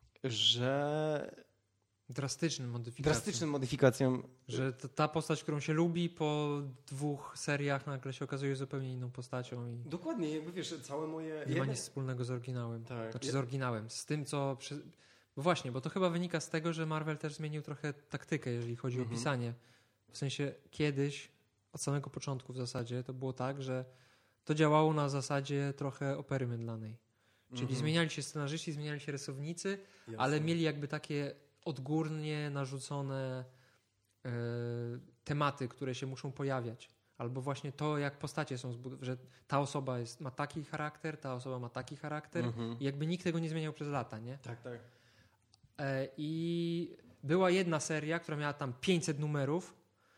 że... Drastycznym modyfikacjom. Drastycznym modyfikacjom. Że to, ta postać, którą się lubi, po dwóch seriach nagle się okazuje zupełnie inną postacią. I dokładnie, jakby wiesz, całe moje... nie ma nic wspólnego z oryginałem. Tak. Znaczy Ja... z oryginałem, z tym, co... Przy... Bo właśnie, bo to chyba wynika z tego, że Marvel też zmienił trochę taktykę, jeżeli chodzi mhm. o pisanie. W sensie kiedyś, od samego początku w zasadzie, to było tak, że to działało na zasadzie trochę opery mydlanej. Czyli mhm. zmieniali się scenarzyści, zmieniali się rysownicy, Jasne. ale mieli jakby takie odgórnie narzucone e, tematy, które się muszą pojawiać. Albo właśnie to, jak postacie są zbudowane, że ta osoba jest, ma taki charakter, ta osoba ma taki charakter mhm. i jakby nikt tego nie zmieniał przez lata, nie? Tak, tak. E, I była jedna seria, która miała tam pięćset numerów,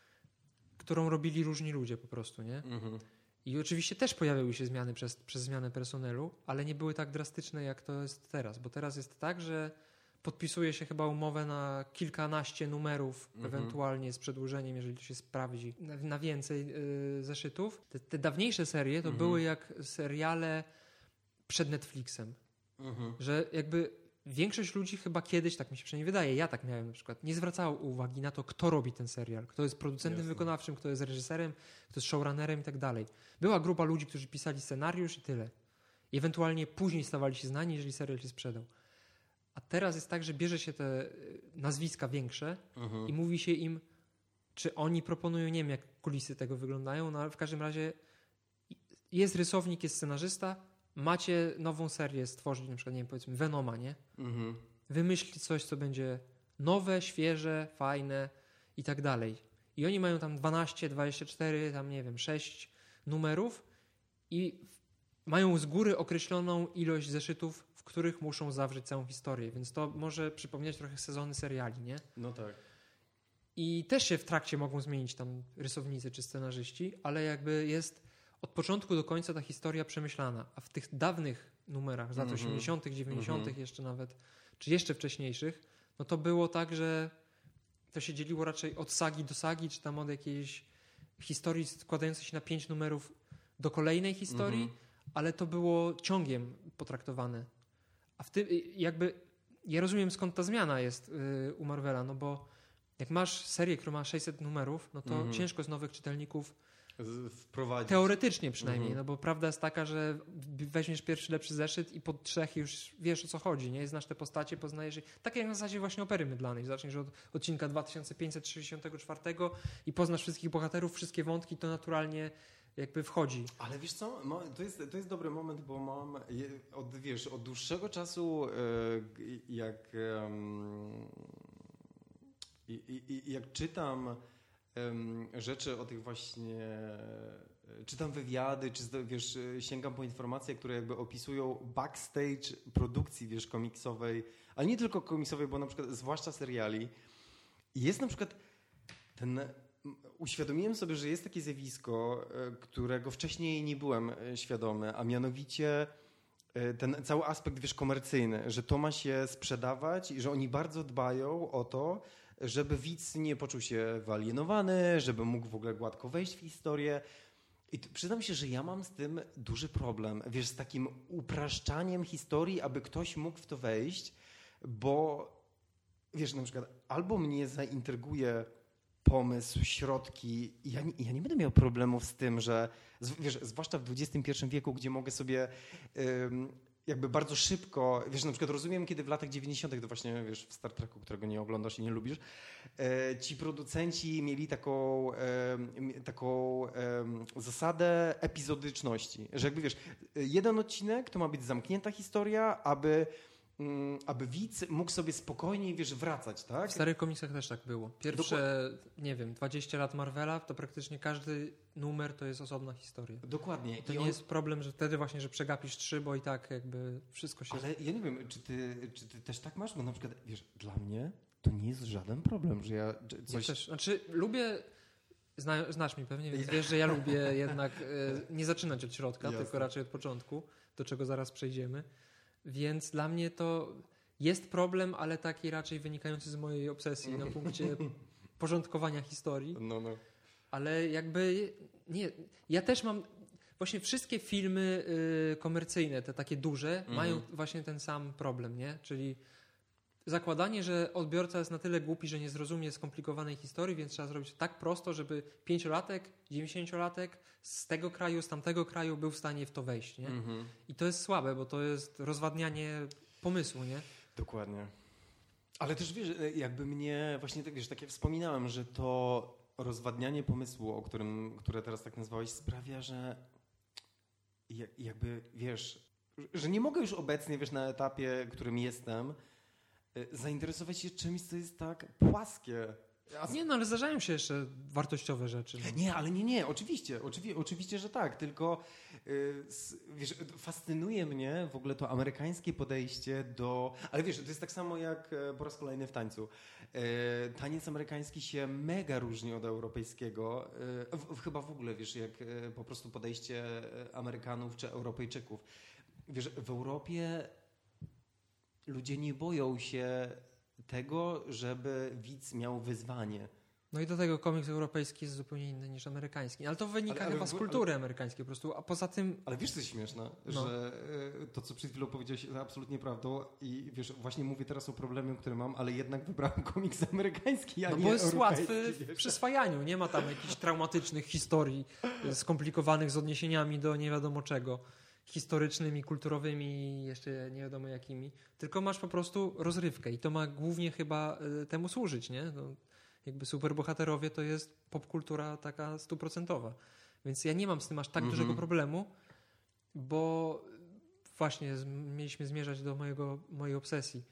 którą robili różni ludzie po prostu, nie? Mhm. I oczywiście też pojawiały się zmiany przez, przez zmianę personelu, ale nie były tak drastyczne, jak to jest teraz. Bo teraz jest tak, że podpisuje się chyba umowę na kilkanaście numerów, mhm. ewentualnie z przedłużeniem, jeżeli to się sprawdzi, na, na więcej yy, zeszytów. Te, te dawniejsze serie to mhm. były jak seriale przed Netflixem. Mhm. Że jakby większość ludzi chyba kiedyś, tak mi się przynajmniej wydaje, ja tak miałem na przykład, nie zwracało uwagi na to, kto robi ten serial, kto jest producentem Jasne. wykonawczym, kto jest reżyserem, kto jest showrunnerem i tak dalej. Była grupa ludzi, którzy pisali scenariusz i tyle. I ewentualnie później stawali się znani, jeżeli serial się sprzedał. A teraz jest tak, że bierze się te nazwiska większe mhm. i mówi się im, czy oni proponują, nie wiem jak kulisy tego wyglądają, no ale w każdym razie jest rysownik, jest scenarzysta, macie nową serię stworzyć, na przykład, nie wiem, powiedzmy Venoma, nie? Mhm. Wymyślić coś, co będzie nowe, świeże, fajne i tak dalej. I oni mają tam dwanaście, dwadzieścia cztery, tam nie wiem, sześć numerów i mają z góry określoną ilość zeszytów, w których muszą zawrzeć całą historię, więc to może przypominać trochę sezony seriali, nie? No tak. I też się w trakcie mogą zmienić tam rysownicy czy scenarzyści, ale jakby jest od początku do końca ta historia przemyślana, a w tych dawnych numerach z lat mm-hmm. osiemdziesiątych, dziewięćdziesiątych mm-hmm. jeszcze nawet, czy jeszcze wcześniejszych, no to było tak, że to się dzieliło raczej od sagi do sagi, czy tam od jakiejś historii składającej się na pięć numerów do kolejnej historii, mm-hmm. ale to było ciągiem potraktowane. A w tym jakby, ja rozumiem skąd ta zmiana jest yy, u Marvela, no bo jak masz serię, która ma sześćset numerów, no to mm-hmm. ciężko z nowych czytelników wprowadzić. Teoretycznie przynajmniej, mm-hmm. no bo prawda jest taka, że weźmiesz pierwszy lepszy zeszyt i po trzech już wiesz o co chodzi, nie? Znasz te postacie, poznajesz je. Tak jak na zasadzie właśnie opery mydlanej. Zaczniesz od odcinka dwa tysiące pięćset sześćdziesiątego czwartego i poznasz wszystkich bohaterów, wszystkie wątki, to naturalnie jakby wchodzi. Ale wiesz co, to jest, to jest dobry moment, bo mam od, wiesz, od dłuższego czasu jak jak czytam rzeczy o tych właśnie czytam wywiady, czy wiesz, sięgam po informacje, które jakby opisują backstage produkcji, wiesz, komiksowej, ale nie tylko komiksowej, bo na przykład zwłaszcza seriali. I jest na przykład ten... Uświadomiłem sobie, że jest takie zjawisko, którego wcześniej nie byłem świadomy, a mianowicie ten cały aspekt, wiesz, komercyjny, że to ma się sprzedawać i że oni bardzo dbają o to, żeby widz nie poczuł się wyalienowany, żeby mógł w ogóle gładko wejść w historię. I przyznam się, że ja mam z tym duży problem, wiesz, z takim upraszczaniem historii, aby ktoś mógł w to wejść, bo wiesz, na przykład albo mnie zaintryguje pomysł, środki. Ja nie, ja nie będę miał problemów z tym, że wiesz, zwłaszcza w dwudziestym pierwszym wieku, gdzie mogę sobie ym, jakby bardzo szybko, wiesz, na przykład rozumiem, kiedy w latach dziewięćdziesiątych to właśnie, wiesz, w Star Treku, którego nie oglądasz i nie lubisz, e, ci producenci mieli taką, e, taką e, zasadę epizodyczności, że jakby wiesz, jeden odcinek to ma być zamknięta historia, aby aby widz mógł sobie spokojniej, wiesz, wracać, tak? W starych komiksach też tak było. Pierwsze, Dokład... nie wiem, dwadzieścia lat Marvela, to praktycznie każdy numer to jest osobna historia. Dokładnie. I to I nie on... jest problem, że wtedy właśnie, że przegapisz trzy, bo i tak jakby wszystko się... Ale ja nie wiem, czy ty, czy ty też tak masz? Bo na przykład, wiesz, dla mnie to nie jest żaden problem, że ja coś... Ja też, znaczy lubię... Zna, znasz mnie pewnie, więc wiesz, że ja lubię jednak e, nie zaczynać od środka, Jasne. tylko raczej od początku, do czego zaraz przejdziemy. Więc dla mnie to jest problem, ale taki raczej wynikający z mojej obsesji na punkcie porządkowania historii. No, no. Ale jakby nie, ja też mam właśnie wszystkie filmy y, komercyjne, te takie duże, mhm. mają właśnie ten sam problem, nie? Czyli zakładanie, że odbiorca jest na tyle głupi, że nie zrozumie skomplikowanej historii, więc trzeba zrobić tak prosto, żeby pięciolatek, dziewięćdziesięciolatek z tego kraju, z tamtego kraju był w stanie w to wejść, nie? Mm-hmm. I to jest słabe, bo to jest rozwadnianie pomysłu, nie? Dokładnie. Ale też wiesz, jakby mnie właśnie tak, wiesz, takie wspominałem, że to rozwadnianie pomysłu, o którym, które teraz tak nazwałeś, sprawia, że jakby, wiesz, że nie mogę już obecnie, wiesz, na etapie, którym jestem, zainteresować się czymś, co jest tak płaskie. Ja... Nie, no ale zdarzają się jeszcze wartościowe rzeczy. No. Nie, ale nie, nie, oczywiście, oczywi- oczywiście, że tak, tylko yy, wiesz, fascynuje mnie w ogóle to amerykańskie podejście do... Ale wiesz, to jest tak samo jak po raz kolejny w tańcu. Yy, taniec amerykański się mega różni od europejskiego. Yy, w, w, chyba w ogóle, wiesz, jak yy, po prostu podejście Amerykanów czy Europejczyków. Wiesz, w Europie ludzie nie boją się tego, żeby widz miał wyzwanie. No i do tego komiks europejski jest zupełnie inny niż amerykański. Ale to wynika ale, ale, chyba z kultury ale, amerykańskiej po prostu, a poza tym... Ale wiesz, co jest śmieszne? No. Że to, co przed chwilą powiedziałeś, jest absolutnie prawdą i wiesz, właśnie mówię teraz o problemie, który mam, ale jednak wybrałem komiks amerykański, a no nie bo jest europejski. łatwy w przyswajaniu. Nie ma tam jakichś traumatycznych historii skomplikowanych z odniesieniami do nie wiadomo czego. Historycznymi, kulturowymi, jeszcze nie wiadomo jakimi, tylko masz po prostu rozrywkę i to ma głównie chyba y, temu służyć, nie? No, jakby superbohaterowie to jest popkultura taka stuprocentowa, więc ja nie mam z tym aż tak mm-hmm. dużego problemu, bo właśnie z, mieliśmy zmierzać do mojego, mojej obsesji.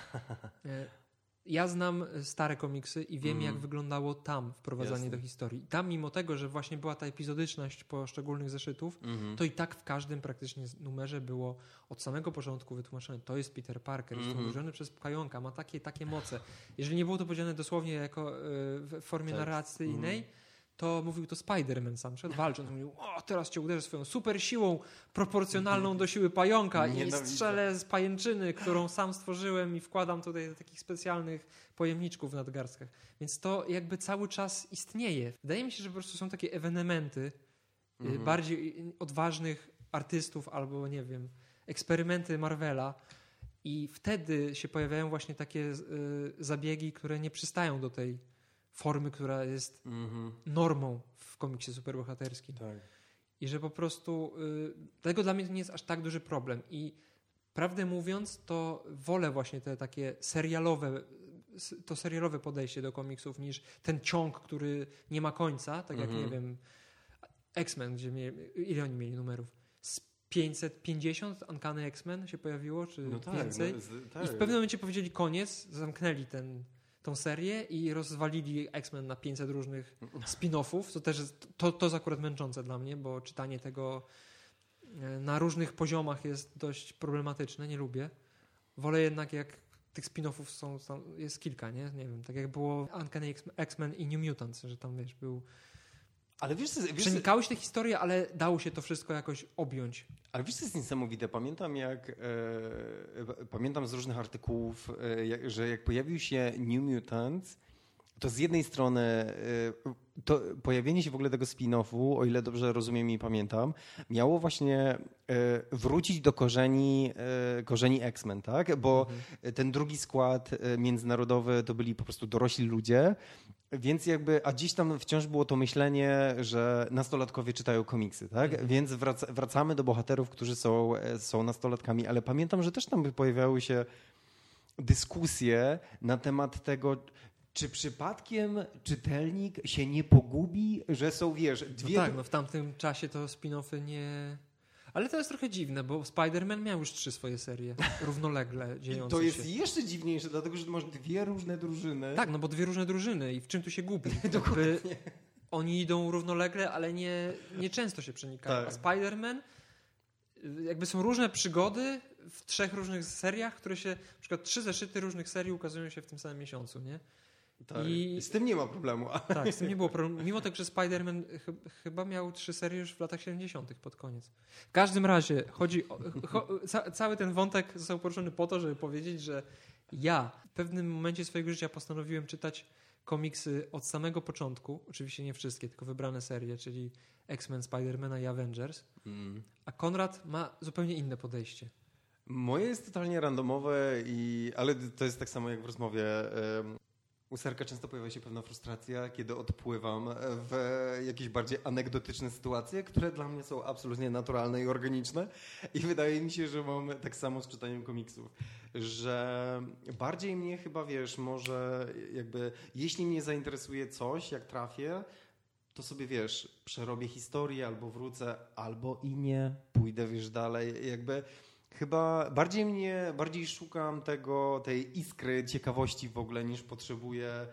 Ja znam stare komiksy i wiem, mm. jak wyglądało tam wprowadzanie Jasne. do historii. Tam mimo tego, że właśnie była ta epizodyczność poszczególnych zeszytów, mm. to i tak w każdym praktycznie numerze było od samego początku wytłumaczone, to jest Peter Parker, jest mm. stworzony przez pająka, ma takie takie moce. Jeżeli nie było to powiedziane dosłownie jako y, w formie tak. narracyjnej, mm. to mówił to Spider-Man sam, przed walcząc. Mówił, o teraz cię uderzę swoją super siłą proporcjonalną do siły pająka i strzelę z pajęczyny, którą sam stworzyłem i wkładam tutaj do takich specjalnych pojemniczków w nadgarstkach. Więc to jakby cały czas istnieje. Wydaje mi się, że po prostu są takie ewenementy mhm. bardziej odważnych artystów albo nie wiem, eksperymenty Marvela i wtedy się pojawiają właśnie takie y, zabiegi, które nie przystają do tej formy, która jest mm-hmm. normą w komiksie superbohaterskim. Tak. I że po prostu y, tego dla mnie to nie jest aż tak duży problem. I prawdę mówiąc, to wolę właśnie te takie serialowe, to serialowe podejście do komiksów niż ten ciąg, który nie ma końca, tak mm-hmm. jak, nie wiem, X-Men, gdzie mieli, ile oni mieli numerów? Z pięćset pięćdziesiąt Uncanny X-Men się pojawiło, czy no tak, więcej. No, z, tak. I w pewnym momencie powiedzieli koniec, zamknęli ten tą serię i rozwalili X-Men na pięćset różnych spin-offów, co też jest, to, to jest akurat męczące dla mnie, bo czytanie tego na różnych poziomach jest dość problematyczne, nie lubię. Wolę jednak jak tych spin-offów są, są, jest kilka, nie? Nie wiem, tak jak było Uncanny X-Men i New Mutants, że tam wiesz, był... Ale wiesz, wiesz, Przenikały się te historie, ale dało się to wszystko jakoś objąć. Ale wiesz, co jest niesamowite? Pamiętam jak e, pamiętam z różnych artykułów, e, jak, że jak pojawił się New Mutants, to z jednej strony e, to pojawienie się w ogóle tego spin-offu, o ile dobrze rozumiem i pamiętam, miało właśnie e, wrócić do korzeni, e, korzeni X-Men, tak? Bo mhm. ten drugi skład e, międzynarodowy to byli po prostu dorośli ludzie. Więc jakby, a dziś tam wciąż było to myślenie, że nastolatkowie czytają komiksy, tak? Mhm. Więc wrac- wracamy do bohaterów, którzy są, są nastolatkami, ale pamiętam, że też tam pojawiały się dyskusje na temat tego, czy przypadkiem czytelnik się nie pogubi, że są, wiesz, dwie... No tak, no w tamtym czasie to spin-offy nie... Ale to jest trochę dziwne, bo Spider-Man miał już trzy swoje serie, równolegle dziejące się. To jest się. jeszcze dziwniejsze, dlatego że masz dwie różne drużyny. Tak, no bo dwie różne drużyny i w czym tu się gubi? Dokładnie. Oni idą równolegle, ale nie, nie często się przenikają. Tak. A Spider-Man jakby są różne przygody w trzech różnych seriach, które się, na przykład trzy zeszyty różnych serii ukazują się w tym samym miesiącu, nie? Tak. I z tym nie ma problemu. Tak, z tym nie było problemu. Mimo tego, że Spider-Man ch- chyba miał trzy serie już w latach siedemdziesiątych pod koniec. W każdym razie chodzi o, cho, ca, cały ten wątek został poruszony po to, żeby powiedzieć, że ja w pewnym momencie swojego życia postanowiłem czytać komiksy od samego początku. Oczywiście nie wszystkie, tylko wybrane serie, czyli X-Men, Spider-Mana i Avengers. Mm. A Konrad ma zupełnie inne podejście. Moje jest totalnie randomowe, i, ale to jest tak samo jak w rozmowie. U Serka często pojawia się pewna frustracja, kiedy odpływam w jakieś bardziej anegdotyczne sytuacje, które dla mnie są absolutnie naturalne i organiczne. I wydaje mi się, że mam tak samo z czytaniem komiksów, że bardziej mnie chyba, wiesz, może jakby, jeśli mnie zainteresuje coś, jak trafię, to sobie, wiesz, przerobię historię, albo wrócę, albo i nie, pójdę, wiesz, dalej, jakby... Chyba bardziej mnie, bardziej szukam tego, tej iskry ciekawości w ogóle, niż potrzebuję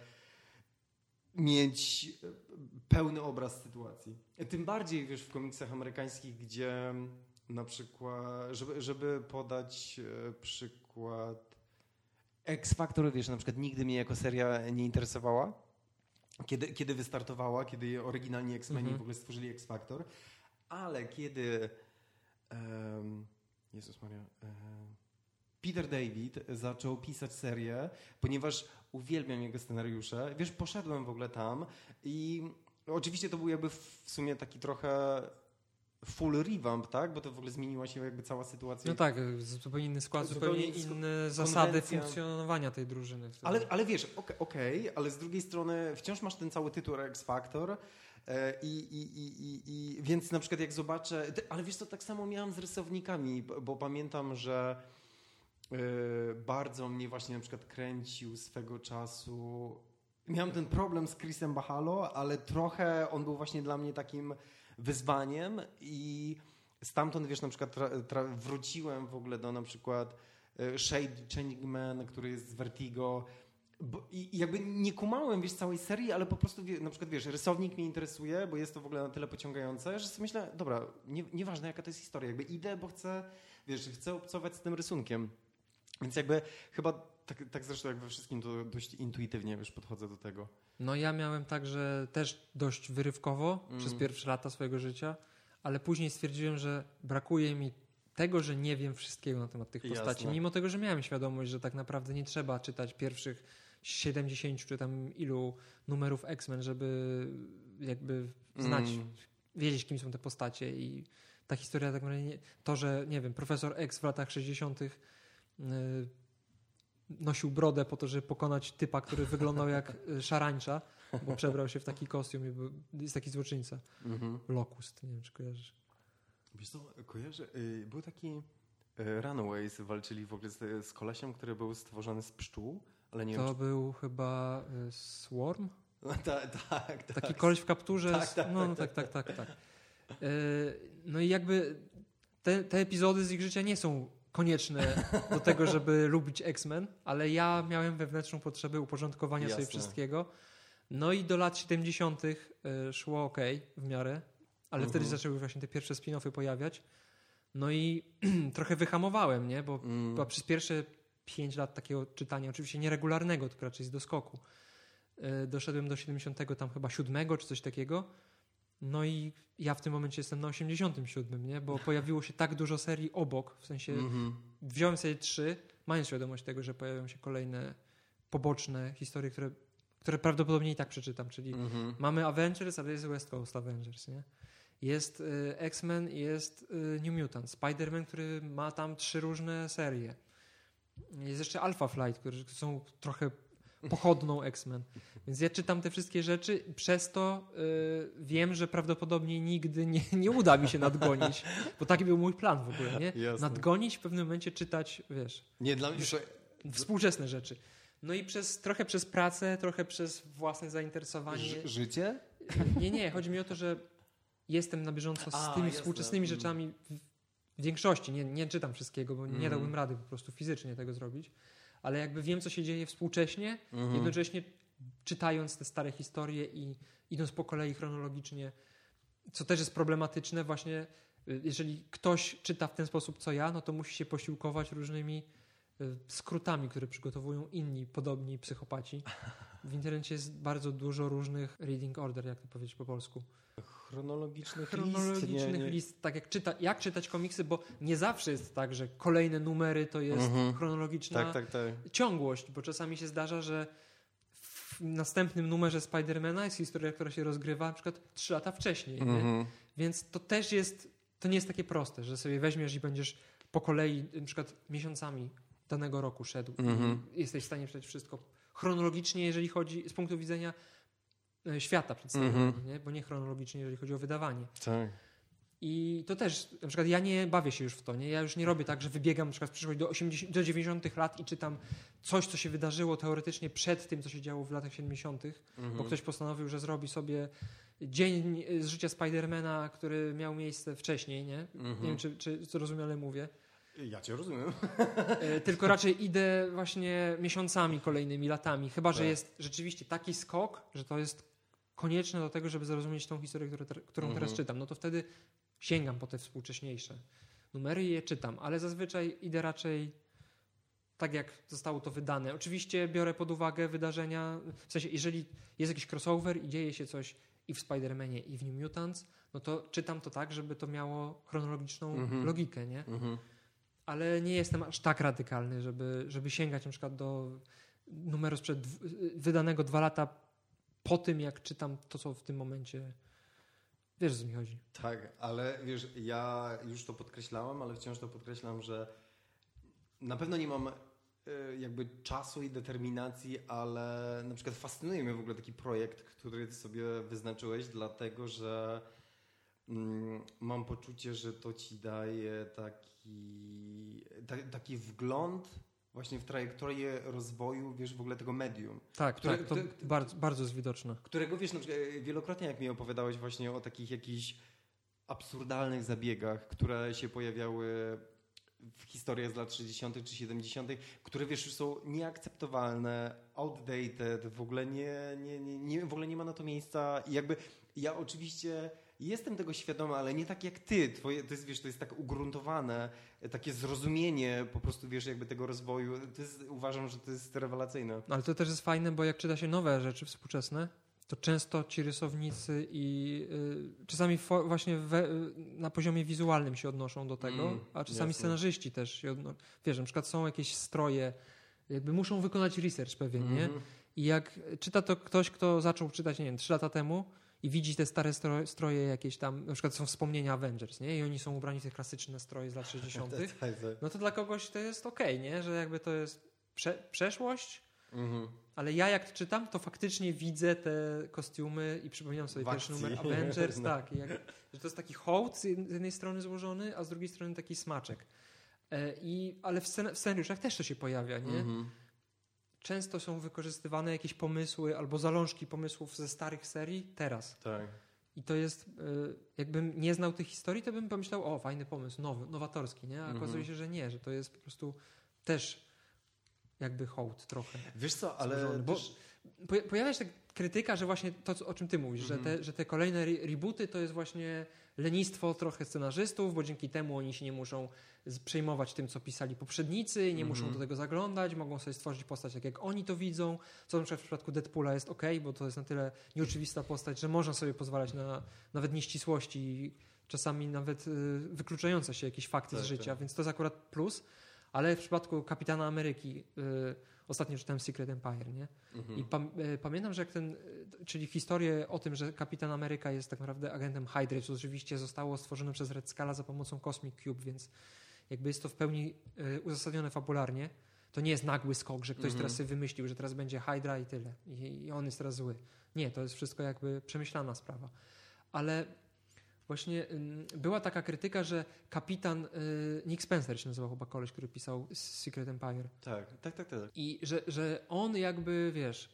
mieć pełny obraz sytuacji. Tym bardziej, wiesz, w komiksach amerykańskich, gdzie na przykład, żeby, żeby podać przykład X-Factor, wiesz, na przykład nigdy mnie jako seria nie interesowała, kiedy, kiedy wystartowała, kiedy oryginalni X-Meni mhm. w ogóle stworzyli X-Factor, ale kiedy... Um, Jezus Maria. Peter David zaczął pisać serię, ponieważ uwielbiam jego scenariusze. Wiesz, poszedłem w ogóle tam i oczywiście to był jakby w sumie taki trochę full revamp, tak? Bo to w ogóle zmieniła się jakby cała sytuacja. No tak, zupełnie inny skład, zupełnie, zupełnie inne zasady funkcjonowania tej drużyny. Ale, ale wiesz, okej, okay, okay, ale z drugiej strony wciąż masz ten cały tytuł X Factor. I, i, i, i, i więc na przykład jak zobaczę, ale wiesz co, tak samo miałam z rysownikami, bo pamiętam, że yy, bardzo mnie właśnie na przykład kręcił swego czasu, miałem ten problem z Chrisem Bachalo, ale trochę on był właśnie dla mnie takim wyzwaniem i stamtąd, wiesz, na przykład tra, tra, wróciłem w ogóle do na przykład Shade Changing Man, który jest z Vertigo. Bo, i, I jakby nie kumałem, wiesz, całej serii, ale po prostu, wie, na przykład, wiesz, rysownik mnie interesuje, bo jest to w ogóle na tyle pociągające, że sobie myślę, dobra, nie, nieważne jaka to jest historia, jakby idę, bo chcę, wiesz, chcę obcować z tym rysunkiem. Więc jakby chyba tak, tak zresztą jak we wszystkim to dość intuitywnie, wiesz, podchodzę do tego. No ja miałem także też dość wyrywkowo mm. przez pierwsze lata swojego życia, ale później stwierdziłem, że brakuje mi tego, że nie wiem wszystkiego na temat tych postaci, Jasne. mimo tego, że miałem świadomość, że tak naprawdę nie trzeba czytać pierwszych siedemdziesięciu czy tam ilu numerów X-Men, żeby jakby znać, mm. wiedzieć, kim są te postacie i ta historia tak naprawdę nie, to, że nie wiem, profesor X w latach sześćdziesiątych Yy, nosił brodę po to, żeby pokonać typa, który wyglądał jak szarańcza, bo przebrał się w taki kostium i był, jest taki złoczyńca. Mm-hmm. Locust, nie wiem, czy kojarzysz. Wiesz co, kojarzę, yy, był taki yy, Runaways walczyli w ogóle z, z kolesiem, który był stworzony z pszczół. Ale nie to wiem, czy... był chyba y, Swarm? No, tak, tak. Taki tak. koleś w kapturze. Tak, tak, no, no tak, tak, tak, tak. Y, no i jakby te, te epizody z ich życia nie są konieczne do tego, żeby lubić X-Men, ale ja miałem wewnętrzną potrzebę uporządkowania Jasne. sobie wszystkiego. No i do lat siedemdziesiątych szło ok w miarę, ale Mhm. wtedy zaczęły właśnie te pierwsze spin-offy pojawiać. No i trochę wyhamowałem, nie? Bo, Mm. bo przez pierwsze pięć lat takiego czytania, oczywiście nieregularnego, tylko raczej z doskoku, yy, doszedłem do siedemdziesiątego tam chyba siódmego czy coś takiego. No i ja w tym momencie jestem na osiemdziesiątym siódmym, nie? Bo pojawiło się tak dużo serii obok, w sensie Mhm. wziąłem sobie trzy, mając świadomość tego, że pojawią się kolejne poboczne historie, które, które prawdopodobnie i tak przeczytam, czyli Mhm. mamy Avengers, ale jest West Coast Avengers, nie? Jest y, X-Men i jest y, New Mutant. Spider-Man, który ma tam trzy różne serie. Jest jeszcze Alpha Flight, którzy są trochę pochodną X-Men. Więc ja czytam te wszystkie rzeczy i przez to y, wiem, że prawdopodobnie nigdy nie, nie uda mi się nadgonić, bo taki był mój plan w ogóle, nie? Jasne. Nadgonić, w pewnym momencie czytać, wiesz, Nie, dla mnie... Już- współczesne rzeczy. No i przez, trochę przez pracę, trochę przez własne zainteresowanie. Ż- życie? Nie, nie, chodzi mi o to, że jestem na bieżąco z A, tymi jasne. współczesnymi Mm. rzeczami w, w większości. Nie, nie czytam wszystkiego, bo nie Mm. dałbym rady po prostu fizycznie tego zrobić. Ale jakby wiem, co się dzieje współcześnie, Mhm. jednocześnie czytając te stare historie i idąc po kolei chronologicznie, co też jest problematyczne właśnie, y, jeżeli ktoś czyta w ten sposób, co ja, no to musi się posiłkować różnymi y, skrótami, które przygotowują inni podobni psychopaci. W internecie jest bardzo dużo różnych reading order, jak to powiedzieć po polsku. Chronologicznych, Chronologicznych list, nie, nie. list, tak jak, czyta, jak czytać komiksy, bo nie zawsze jest tak, że kolejne numery to jest Mhm. chronologiczna Tak, tak, tak. ciągłość, bo czasami się zdarza, że w następnym numerze Spidermana jest historia, która się rozgrywa na przykład trzy lata wcześniej. Nie? Mhm. Więc to też jest, to nie jest takie proste, że sobie weźmiesz i będziesz po kolei na przykład miesiącami danego roku szedł Mhm. i jesteś w stanie przeczytać wszystko chronologicznie, jeżeli chodzi z punktu widzenia e, świata przedstawionego, Mhm. nie? Bo nie chronologicznie, jeżeli chodzi o wydawanie. Tak. I to też, na przykład ja nie bawię się już w to, nie? Ja już nie robię tak, że wybiegam na przykład w przyszłość do, osiemdziesiątych, do dziewięćdziesiątych lat i czytam coś, co się wydarzyło teoretycznie przed tym, co się działo w latach siedemdziesiątych, Mhm. bo ktoś postanowił, że zrobi sobie dzień z życia Spidermana, który miał miejsce wcześniej, nie? Mhm. Nie wiem, czy, czy zrozumiale mówię. Ja cię rozumiem. E, tylko raczej idę właśnie miesiącami kolejnymi, latami. Chyba, że Tak. jest rzeczywiście taki skok, że to jest konieczne do tego, żeby zrozumieć tą historię, którą, ter- którą Mhm. teraz czytam. No to wtedy sięgam po te współcześniejsze numery i je czytam. Ale zazwyczaj idę raczej tak, jak zostało to wydane. Oczywiście biorę pod uwagę wydarzenia, w sensie, jeżeli jest jakiś crossover i dzieje się coś i w Spider-Manie, i w New Mutants, no to czytam to tak, żeby to miało chronologiczną Mhm. logikę, nie? Mhm. Ale nie jestem aż tak radykalny, żeby, żeby sięgać na przykład do numeru sprzed dw- wydanego dwa lata po tym, jak czytam to, co w tym momencie... Wiesz, o co mi chodzi. Tak, ale wiesz, ja już to podkreślałem, ale wciąż to podkreślam, że na pewno nie mam e, jakby czasu i determinacji, ale na przykład fascynuje mnie w ogóle taki projekt, który ty sobie wyznaczyłeś, dlatego że mm, mam poczucie, że to ci daje taki, ta, taki wgląd właśnie w trajektorię rozwoju, wiesz, w ogóle tego medium. Tak, Które- tak, to które- bardzo, bardzo jest widoczne. Którego wiesz, na przykład, e, wielokrotnie jak mi opowiadałeś właśnie o takich jakichś absurdalnych zabiegach, które się pojawiały w historiach z lat sześćdziesiątych czy siedemdziesiątych, które wiesz, już są nieakceptowalne, outdated, w ogóle nie, nie, nie, nie, w ogóle nie ma na to miejsca i jakby ja oczywiście jestem tego świadomy, ale nie tak jak ty. Twoje, to jest, wiesz, to jest tak ugruntowane, takie zrozumienie po prostu, wiesz, jakby tego rozwoju. To jest, uważam, że to jest rewelacyjne. Ale to też jest fajne, bo jak czyta się nowe rzeczy współczesne, to często ci rysownicy i y, czasami fo, właśnie we, y, na poziomie wizualnym się odnoszą do tego, Mm, a czasami jasne. scenarzyści też się odnoszą. Wiesz, na przykład są jakieś stroje, jakby muszą wykonać research pewien, nie? Mhm. I jak czyta to ktoś, kto zaczął czytać, nie wiem, trzy lata temu i widzi te stare stro, stroje jakieś tam, na przykład są wspomnienia Avengers, nie? I oni są ubrani w te klasyczne stroje z lat sześćdziesiątych. Tak, tak. No to dla kogoś to jest okej, nie? Że jakby to jest prze, przeszłość, Mhm. ale ja jak czytam, to faktycznie widzę te kostiumy i przypominam sobie W pierwszy akcji. numer Avengers, No. tak, jak, że to jest taki hołd z jed- z jednej strony złożony, a z drugiej strony taki smaczek. E, i, ale w, scen- w scenariuszach też to się pojawia, nie? Mhm. Często są wykorzystywane jakieś pomysły albo zalążki pomysłów ze starych serii teraz. Tak. I to jest, jakbym nie znał tych historii, to bym pomyślał, o, fajny pomysł, nowy, nowatorski, nie? A Mhm. okazuje się, że nie, że to jest po prostu też jakby hołd trochę. Wiesz co, ale Złożony. Bo też... pojawia się krytyka, że właśnie to, o czym ty mówisz, Mhm. że, te, że te kolejne re- rebooty to jest właśnie lenistwo trochę scenarzystów, bo dzięki temu oni się nie muszą z- przejmować tym, co pisali poprzednicy, nie Mhm. muszą do tego zaglądać, mogą sobie stworzyć postać tak, jak oni to widzą, co na przykład w przypadku Deadpoola jest ok, bo to jest na tyle nieoczywista postać, że można sobie pozwalać na nawet nieścisłości, czasami nawet y, wykluczające się jakieś fakty Tak, z życia, tak. więc to jest akurat plus, ale w przypadku Kapitana Ameryki y, ostatnio czytałem Secret Empire, nie? Mhm. I pam, y, pamiętam, że jak ten, y, czyli historię o tym, że Kapitan Ameryka jest tak naprawdę agentem Hydry, co oczywiście zostało stworzone przez Red Skulla za pomocą Cosmic Cube, więc jakby jest to w pełni y, uzasadnione fabularnie. To nie jest nagły skok, że ktoś Mhm. teraz sobie wymyślił, że teraz będzie Hydra i tyle. I, I on jest teraz zły. Nie, to jest wszystko jakby przemyślana sprawa. Ale właśnie ym, była taka krytyka, że kapitan y, Nick Spencer się nazywał chyba koleś, który pisał Secret Empire. Tak, tak, tak, tak. I że, że on jakby, wiesz,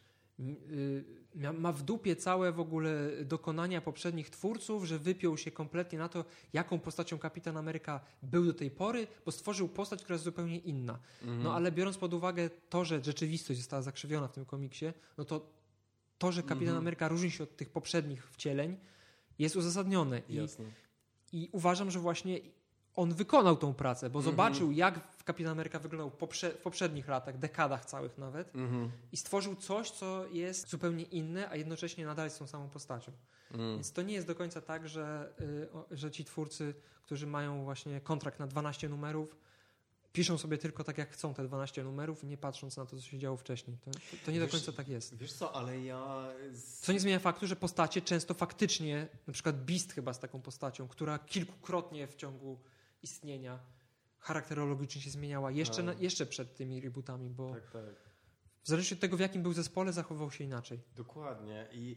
y, ma, ma w dupie całe w ogóle dokonania poprzednich twórców, że wypiął się kompletnie na to, jaką postacią Kapitan Ameryka był do tej pory, bo stworzył postać, która jest zupełnie inna. Mhm. No ale biorąc pod uwagę to, że rzeczywistość została zakrzywiona w tym komiksie, no to to, że Kapitan Mhm. Ameryka różni się od tych poprzednich wcieleń, jest uzasadnione. I, Jasne. I uważam, że właśnie on wykonał tą pracę, bo Mhm. zobaczył, jak Kapitan Ameryka wyglądał poprze- w poprzednich latach, dekadach całych nawet, Mhm. i stworzył coś, co jest zupełnie inne, a jednocześnie nadal jest tą samą postacią. Mhm. Więc to nie jest do końca tak, że, y, o, że ci twórcy, którzy mają właśnie kontrakt na dwanaście numerów, piszą sobie tylko tak, jak chcą te dwanaście numerów, nie patrząc na to, co się działo wcześniej. To, to, to nie Wiesz- do końca tak jest. Wiesz co, ale ja... Z... Co nie zmienia faktu, że postacie często faktycznie, na przykład Beast chyba z taką postacią, która kilkukrotnie w ciągu istnienia charakterologicznie się zmieniała, jeszcze, Tak. na, jeszcze przed tymi rebootami, bo Tak, tak. w zależności od tego, w jakim był zespole, zachował się inaczej. Dokładnie. I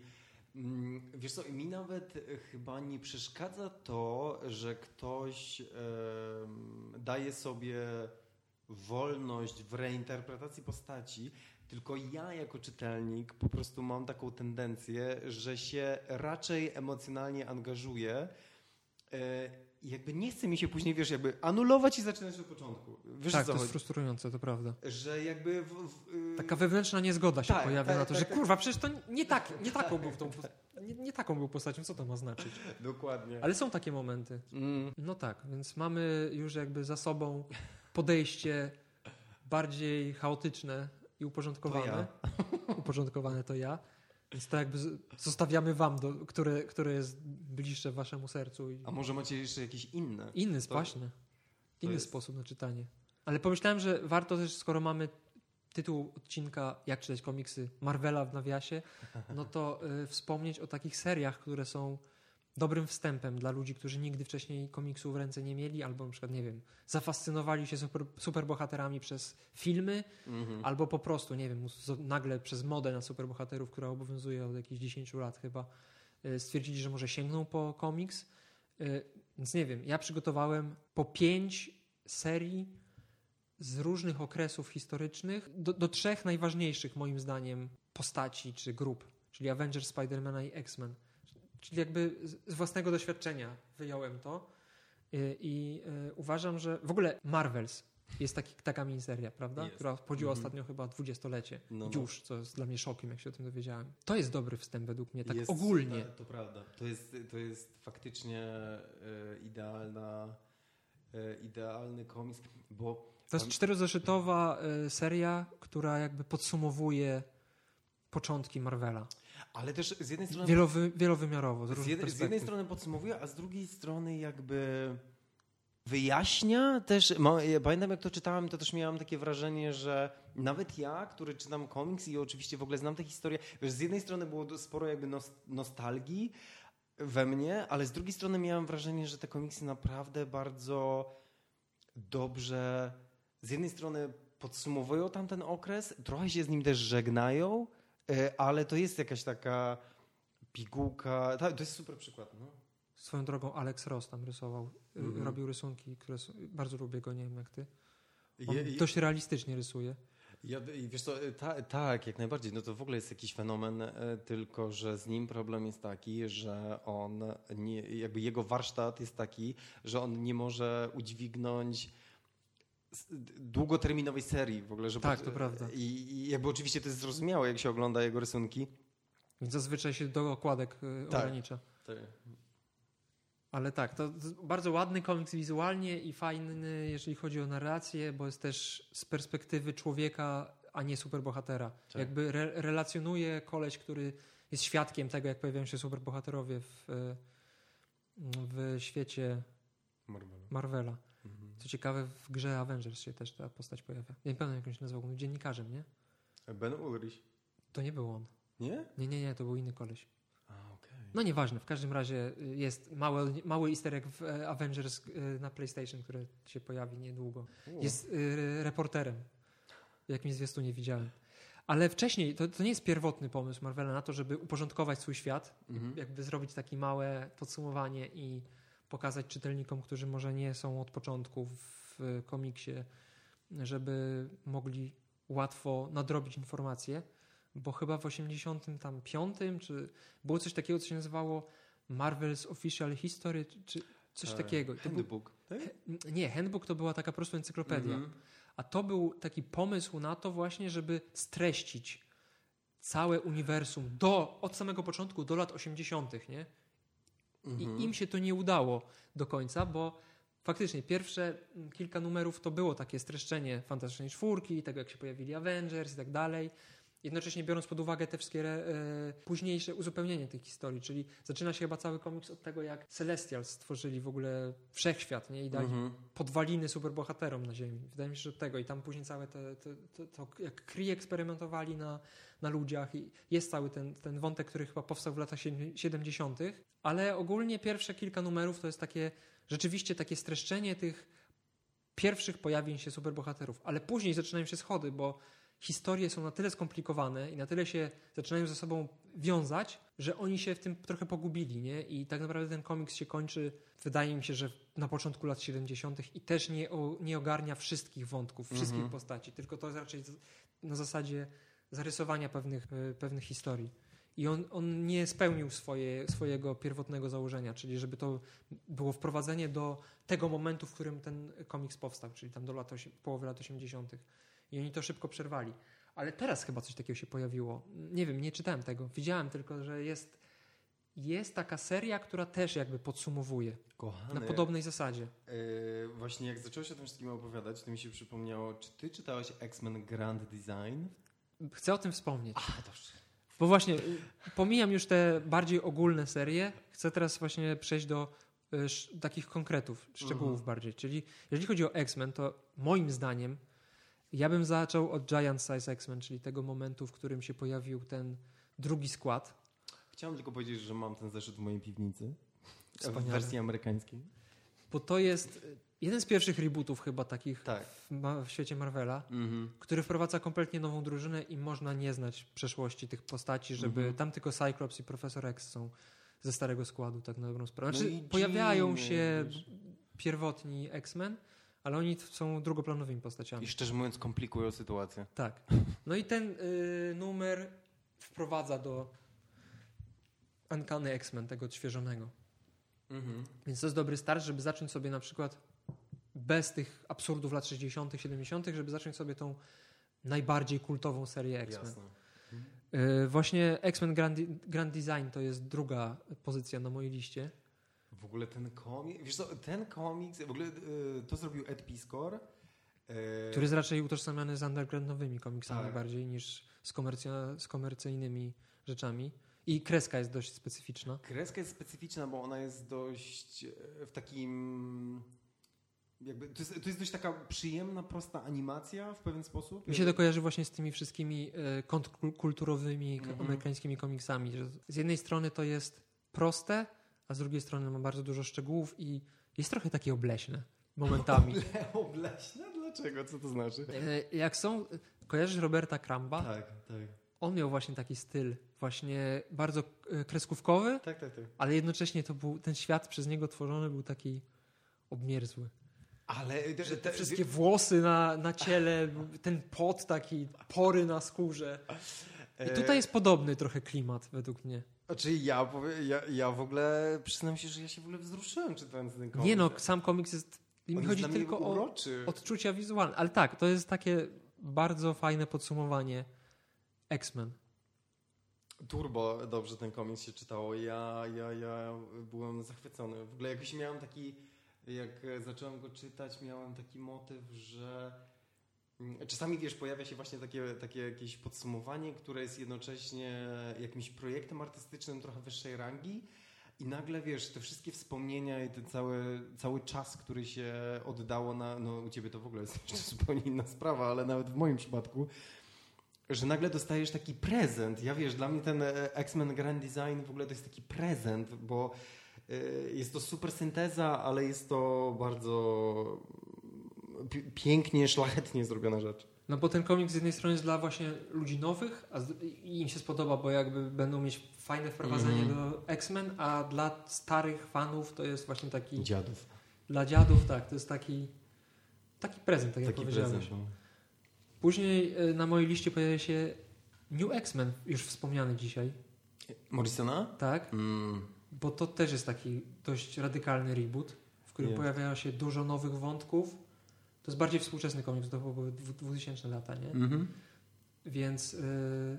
mm, wiesz co, mi nawet chyba nie przeszkadza to, że ktoś em, daje sobie wolność w reinterpretacji postaci, tylko ja jako czytelnik po prostu mam taką tendencję, że się raczej emocjonalnie angażuję. E, i jakby nie chce mi się później, wiesz, jakby anulować i zaczynać od początku. Wiesz, Tak, o co to jest chodzi? frustrujące, to prawda. Że jakby... W, w, y, Taka wewnętrzna niezgoda się Tak, pojawia tak, na to, tak, że tak. kurwa, przecież to nie, tak, nie, taką był tą, nie, nie taką był postacią, co to ma znaczyć? Dokładnie. Ale są takie momenty. Mm. No tak, więc mamy już jakby za sobą podejście bardziej chaotyczne i uporządkowane. Uporządkowane to ja. Więc to jakby z- zostawiamy wam, do, które, które jest bliższe waszemu sercu. I A może macie jeszcze jakieś inne? inny, to- właśnie. Inny jest- sposób na czytanie. Ale pomyślałem, że warto też, skoro mamy tytuł odcinka Jak czytać komiksy Marvela w nawiasie, no to y, wspomnieć o takich seriach, które są dobrym wstępem dla ludzi, którzy nigdy wcześniej komiksu w ręce nie mieli, albo na przykład, nie wiem, zafascynowali się super, superbohaterami przez filmy, Mhm. albo po prostu, nie wiem, z- nagle przez modę na superbohaterów, która obowiązuje od jakichś dziesięciu lat chyba, y, stwierdzili, że może sięgną po komiks. Y, Więc nie wiem, ja przygotowałem po pięć serii z różnych okresów historycznych do, do trzech najważniejszych moim zdaniem postaci czy grup, czyli Avengers, Spidermana i X-Men. Czyli jakby z- z własnego doświadczenia wyjąłem to i, i y, uważam, że w ogóle Marvels jest taki, taka miniseria, prawda? Jest. Która obchodziła Mhm. ostatnio chyba dwudziestolecie. No, no. Już, co jest dla mnie szokiem, jak się o tym dowiedziałem. To jest dobry wstęp według mnie, tak Jest- ogólnie. To, to prawda. To jest, to jest faktycznie e, idealna, e, idealny komiks, bo To jest czterozeszytowa y, seria, która jakby podsumowuje początki Marvela. ale też z jednej strony Wielowy, wielowymiarowo, z z, różnych jednej, z jednej perspektyw. strony podsumowuje, a z drugiej strony jakby wyjaśnia też. Ma, ja pamiętam, jak to czytałem, to też miałam takie wrażenie, że nawet ja, który czytam komiks i oczywiście w ogóle znam tę historię, wiesz, z jednej strony było do- sporo jakby nos, nostalgii we mnie, ale z drugiej strony miałem wrażenie, że te komiksy naprawdę bardzo dobrze z jednej strony podsumowują tamten okres, trochę się z nim też żegnają, e, ale to jest jakaś taka pigułka. Tak, to jest super przykład. No. Swoją drogą Alex Ross tam rysował, y, Mhm. robił rysunki, które są, bardzo lubię go, nie wiem jak ty. On Je, je, dość realistycznie rysuje. Ja, wiesz co, ta, tak, jak najbardziej. No to w ogóle jest jakiś fenomen, tylko że z nim problem jest taki, że on, nie, jakby jego warsztat jest taki, że on nie może udźwignąć długoterminowej serii w ogóle. Że tak, pod, to prawda. I, I jakby oczywiście to jest zrozumiałe, jak się ogląda jego rysunki. Więc zazwyczaj się do okładek tak. ogranicza. Tak. Ale tak, to bardzo ładny komiks wizualnie i fajny, jeżeli chodzi o narrację, bo jest też z perspektywy człowieka, a nie superbohatera. Tak. Jakby re- relacjonuje koleś, który jest świadkiem tego, jak pojawiają się superbohaterowie w, w świecie Marvela. Marvela. Mhm. Co ciekawe, w grze Avengers się też ta postać pojawia. Ja nie pamiętam, jak on się nazywał, był dziennikarzem, nie? Ben Ulrich. To nie był on. Nie? Nie, nie, nie, to był inny koleś. No nieważne, w każdym razie jest mały, mały easter egg w Avengers na PlayStation, który się pojawi niedługo. U. Jest y, reporterem. W jakimś zwiastunie widziałem. Ale wcześniej, to, to nie jest pierwotny pomysł Marvela na to, żeby uporządkować swój świat, mhm. jakby zrobić takie małe podsumowanie i pokazać czytelnikom, którzy może nie są od początku w komiksie, żeby mogli łatwo nadrobić informacje. Bo chyba w osiemdziesiątym piątym czy było coś takiego, co się nazywało Marvel's Official History, czy coś e, takiego. To handbook, był, tak? he, nie, handbook to była taka po prostu encyklopedia. Mm-hmm. A to był taki pomysł na to właśnie, żeby streścić całe uniwersum do, od samego początku do lat osiemdziesiątych, nie? Mm-hmm. I im się to nie udało do końca, bo faktycznie pierwsze kilka numerów to było takie streszczenie Fantastycznej Czwórki, tego jak się pojawili Avengers i tak dalej. Jednocześnie biorąc pod uwagę te wszystkie e, późniejsze uzupełnienie tej historii, czyli zaczyna się chyba cały komiks od tego, jak Celestials stworzyli w ogóle wszechświat, nie? I dali mm-hmm. podwaliny superbohaterom na ziemi. Wydaje mi się, że od tego. I tam później całe te, te, te, to, jak Kree eksperymentowali na, na ludziach i jest cały ten, ten wątek, który chyba powstał w latach siedemdziesiątych. Ale ogólnie pierwsze kilka numerów to jest takie, rzeczywiście takie streszczenie tych pierwszych pojawień się superbohaterów. Ale później zaczynają się schody, bo historie są na tyle skomplikowane i na tyle się zaczynają ze sobą wiązać, że oni się w tym trochę pogubili, nie? I tak naprawdę ten komiks się kończy, wydaje mi się, że na początku lat siedemdziesiątych i też nie, o, nie ogarnia wszystkich wątków, wszystkich mm-hmm. postaci, tylko to jest raczej na zasadzie zarysowania pewnych, pewnych historii. I on, on nie spełnił swoje, swojego pierwotnego założenia, czyli żeby to było wprowadzenie do tego momentu, w którym ten komiks powstał, czyli tam do lat osi- połowy lat osiemdziesiątych. I oni to szybko przerwali. Ale teraz chyba coś takiego się pojawiło. Nie wiem, nie czytałem tego. Widziałem tylko, że jest, jest taka seria, która też jakby podsumowuje. Kochany, na podobnej zasadzie. Yy, właśnie jak zacząłeś o tym wszystkim opowiadać, to mi się przypomniało, czy ty czytałeś X-Men Grand Design? Chcę o tym wspomnieć. Ach, dobrze. Bo właśnie pomijam już te bardziej ogólne serie. Chcę teraz właśnie przejść do y, sz, takich konkretów, szczegółów uh-huh. bardziej. Czyli jeżeli chodzi o X-Men, to moim zdaniem ja bym zaczął od Giant Size X-Men, czyli tego momentu, w którym się pojawił ten drugi skład. Chciałem tylko powiedzieć, że mam ten zeszyt w mojej piwnicy. Wspaniale. W wersji amerykańskiej. Bo to jest jeden z pierwszych rebootów chyba takich tak. w, ma- w świecie Marvela, mm-hmm. który wprowadza kompletnie nową drużynę i można nie znać przeszłości tych postaci, żeby mm-hmm. tam tylko Cyclops i Profesor X są ze starego składu, tak na dobrą sprawę. Znaczy, no pojawiają się pierwotni X-Men, ale oni są drugoplanowymi postaciami. I szczerze mówiąc komplikują sytuację. Tak. No i ten y, numer wprowadza do Uncanny X-Men, tego odświeżonego. Mhm. Więc to jest dobry start, żeby zacząć sobie na przykład bez tych absurdów lat sześćdziesiątych, siedemdziesiątych, żeby zacząć sobie tą najbardziej kultową serię X-Men. Jasne. Mhm. Y, właśnie X-Men Grand, Grand Design to jest druga pozycja na mojej liście. W ogóle ten komiks, wiesz co, ten komiks, w ogóle y, to zrobił Ed Piskor. Y, który jest raczej utożsamiany z undergroundowymi komiksami tak. bardziej niż z, komercja, z komercyjnymi rzeczami. I kreska jest dość specyficzna. Kreska jest specyficzna, bo ona jest dość w takim... Jakby, to, jest, to jest dość taka przyjemna, prosta animacja w pewien sposób. Mi się to kojarzy właśnie z tymi wszystkimi e, kontrkulturowymi mm-hmm. amerykańskimi komiksami. Że z jednej strony to jest proste, a z drugiej strony ma bardzo dużo szczegółów i jest trochę takie obleśne momentami. Oble, obleśne? Dlaczego? Co to znaczy? E, jak są... Kojarzysz Roberta Cramba? Tak, tak. On miał właśnie taki styl, właśnie bardzo kreskówkowy, tak, tak, tak. ale jednocześnie to był, ten świat przez niego tworzony był taki obmierzły. Ale że te wszystkie włosy na, na ciele, ten pot taki, pory na skórze. I tutaj jest podobny trochę klimat według mnie. Znaczy ja, powie, ja, ja w ogóle przyznam się, że ja się w ogóle wzruszyłem czytając ten komiks. Nie no, sam komiks jest, mi chodzi jest tylko o odczucia wizualne. Ale tak, to jest takie bardzo fajne podsumowanie X-Men. Turbo dobrze ten komiks się czytało. Ja, ja, ja byłem zachwycony. W ogóle jakoś miałem taki, jak zacząłem go czytać, miałem taki motyw, że czasami, wiesz, pojawia się właśnie takie, takie jakieś podsumowanie, które jest jednocześnie jakimś projektem artystycznym trochę wyższej rangi i nagle, wiesz, te wszystkie wspomnienia i ten cały, cały czas, który się oddało na, no u ciebie to w ogóle jest jeszcze zupełnie inna sprawa, ale nawet w moim przypadku, że nagle dostajesz taki prezent. Ja wiesz, dla mnie ten X-Men Grand Design w ogóle to jest taki prezent, bo jest to super synteza, ale jest to bardzo pięknie, szlachetnie zrobiona rzecz. No bo ten komiks z jednej strony jest dla właśnie ludzi nowych, a z, i im się spodoba, bo jakby będą mieć fajne wprowadzenie mm. do X-Men, a dla starych fanów to jest właśnie taki... Dziadów. Dla dziadów, tak. To jest taki taki prezent, tak taki jak powiedziałeś. Prezent, no. Później na mojej liście pojawia się New X-Men, już wspomniany dzisiaj. Morrisona? Tak. Mm. Bo to też jest taki dość radykalny reboot, w którym yeah. pojawiają się dużo nowych wątków. To jest bardziej współczesny komiks, to były dwutysięczne lata, nie? Mm-hmm. Więc y,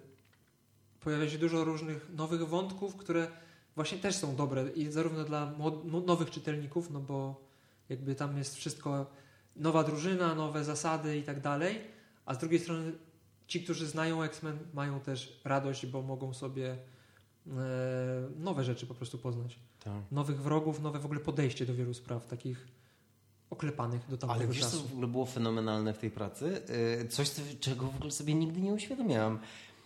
pojawia się dużo różnych nowych wątków, które właśnie też są dobre i zarówno dla mod- nowych czytelników, no bo jakby tam jest wszystko, nowa drużyna, nowe zasady i tak dalej, a z drugiej strony ci, którzy znają X-Men, mają też radość, bo mogą sobie y, nowe rzeczy po prostu poznać. Tak. Nowych wrogów, nowe w ogóle podejście do wielu spraw, takich oklepanych do tamtego Ale wiesz, czasu. co w ogóle było fenomenalne w tej pracy? Coś, czego w ogóle sobie nigdy nie uświadomiałam.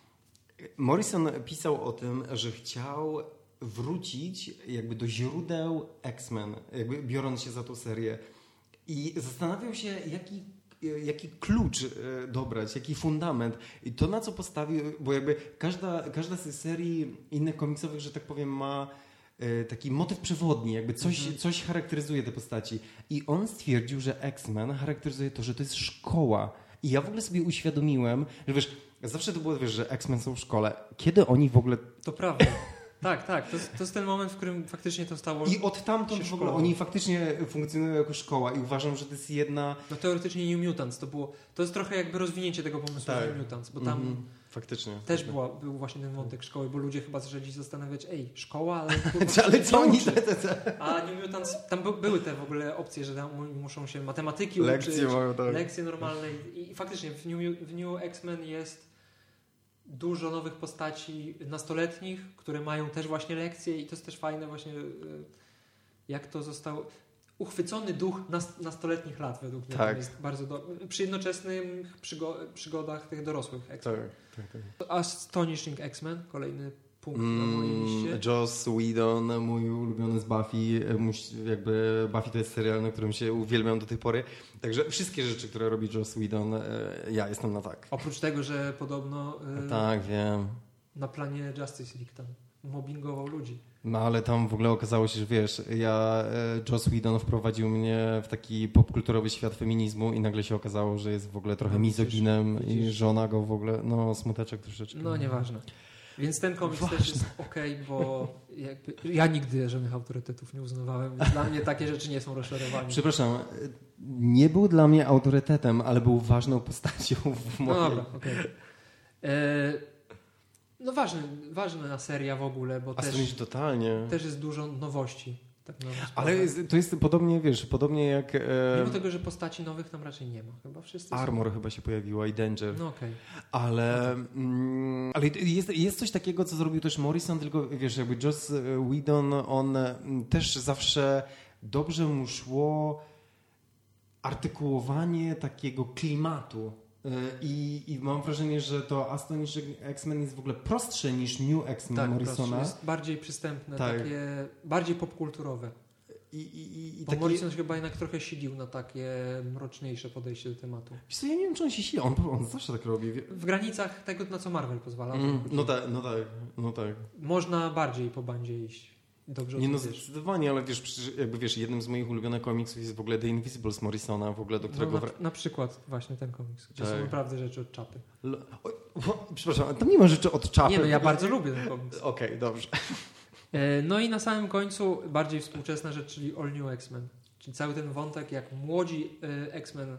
Morrison pisał o tym, że chciał wrócić jakby do źródeł X-Men, jakby biorąc się za tą serię. I zastanawiał się, jaki, jaki klucz dobrać, jaki fundament. I to, na co postawił, bo jakby każda, każda z serii innych komiksowych, że tak powiem, ma taki motyw przewodni, jakby coś, mhm. coś charakteryzuje te postaci. I on stwierdził, że X-Men charakteryzuje to, że to jest szkoła. I ja w ogóle sobie uświadomiłem, że wiesz, zawsze to było, wiesz, że X-Men są w szkole. Kiedy oni w ogóle... To prawda. Tak, tak. To jest, to jest ten moment, w którym faktycznie to stało I od tamtąd w ogóle oni faktycznie funkcjonują jako szkoła i uważam, że to jest jedna... No teoretycznie New Mutants to było... To jest trochę jakby rozwinięcie tego pomysłu tak. New Mutants, bo tam... Mm-hmm. Faktycznie. Też była, był właśnie ten wątek szkoły, bo ludzie chyba zaczęli się zastanawiać, ej, szkoła, ale... ale co oni... Te, te, te. A New Mutants, tam by, były te w ogóle opcje, że tam muszą się matematyki lekcje uczyć, mają, tak. lekcje normalne i, i faktycznie w New, w New X-Men jest dużo nowych postaci nastoletnich, które mają też właśnie lekcje i to jest też fajne właśnie, jak to zostało... Uchwycony duch nastoletnich lat według mnie tak. jest bardzo do... przy jednoczesnych przygo... przygodach tych dorosłych X-Men. Tak, tak, tak. Astonishing X-Men, kolejny punkt mm, na mojej liście. Joss Whedon, mój ulubiony z Buffy. Jakby Buffy to jest serial, na którym się uwielbiam do tej pory. Także wszystkie rzeczy, które robi Joss Whedon, ja jestem na tak. Oprócz tego, że podobno tak, wiem. na planie Justice League tam mobbingował ludzi. No ale tam w ogóle okazało się, że wiesz, ja, Joss Whedon wprowadził mnie w taki popkulturowy świat feminizmu i nagle się okazało, że jest w ogóle trochę mizoginem widzisz, widzisz. i żona go w ogóle, no smuteczek troszeczkę. No nieważne. Więc ten komiks Ważne. też jest okej, okay, bo jakby ja nigdy żadnych autorytetów nie uznawałem, więc dla mnie takie rzeczy nie są rozczarowaniem. Przepraszam, nie był dla mnie autorytetem, ale był ważną postacią w mojej... No dobra, okej. Okay. No ważny, ważna seria w ogóle, bo też, totalnie. też jest dużo nowości. Tak ale jest, to jest podobnie, wiesz, podobnie jak... E... Mimo tego, że postaci nowych tam raczej nie ma. Chyba wszyscy Armor są... chyba się pojawiła i Danger. No okej. Okay. Ale, mm, ale jest, jest coś takiego, co zrobił też Morrison, tylko wiesz, jakby Joss Whedon, on też zawsze dobrze mu szło artykułowanie takiego klimatu. I, I mam wrażenie, że to Astonishing X-Men jest w ogóle prostsze niż New X-Men tak, Morrisona. Jest bardziej przystępne, tak. takie bardziej popkulturowe. I, i, i Bo taki... Morrison chyba jednak trochę silił na takie mroczniejsze podejście do tematu. Wiesz co, ja nie wiem, czy on się sili. On, on zawsze tak robi. W granicach tego, na co Marvel pozwala. Mm, no tak, no tak, no tak. Można bardziej po bandzie iść. Dobrze Nie, o no tym wiesz. zdecydowanie, ale wiesz, przecież jakby wiesz, jednym z moich ulubionych komiksów jest w ogóle The Invisibles Morrisona, w ogóle do którego... No, na, na przykład właśnie ten komiks, gdzie tak. są naprawdę rzeczy od czapy. L- o, o, przepraszam, tam nie ma rzeczy od czapy. Nie, no ja bardzo lubię ten komiks. Okej, okay, dobrze. No i na samym końcu bardziej współczesna rzecz, czyli All New X-Men. Czyli cały ten wątek, jak młodzi X-Men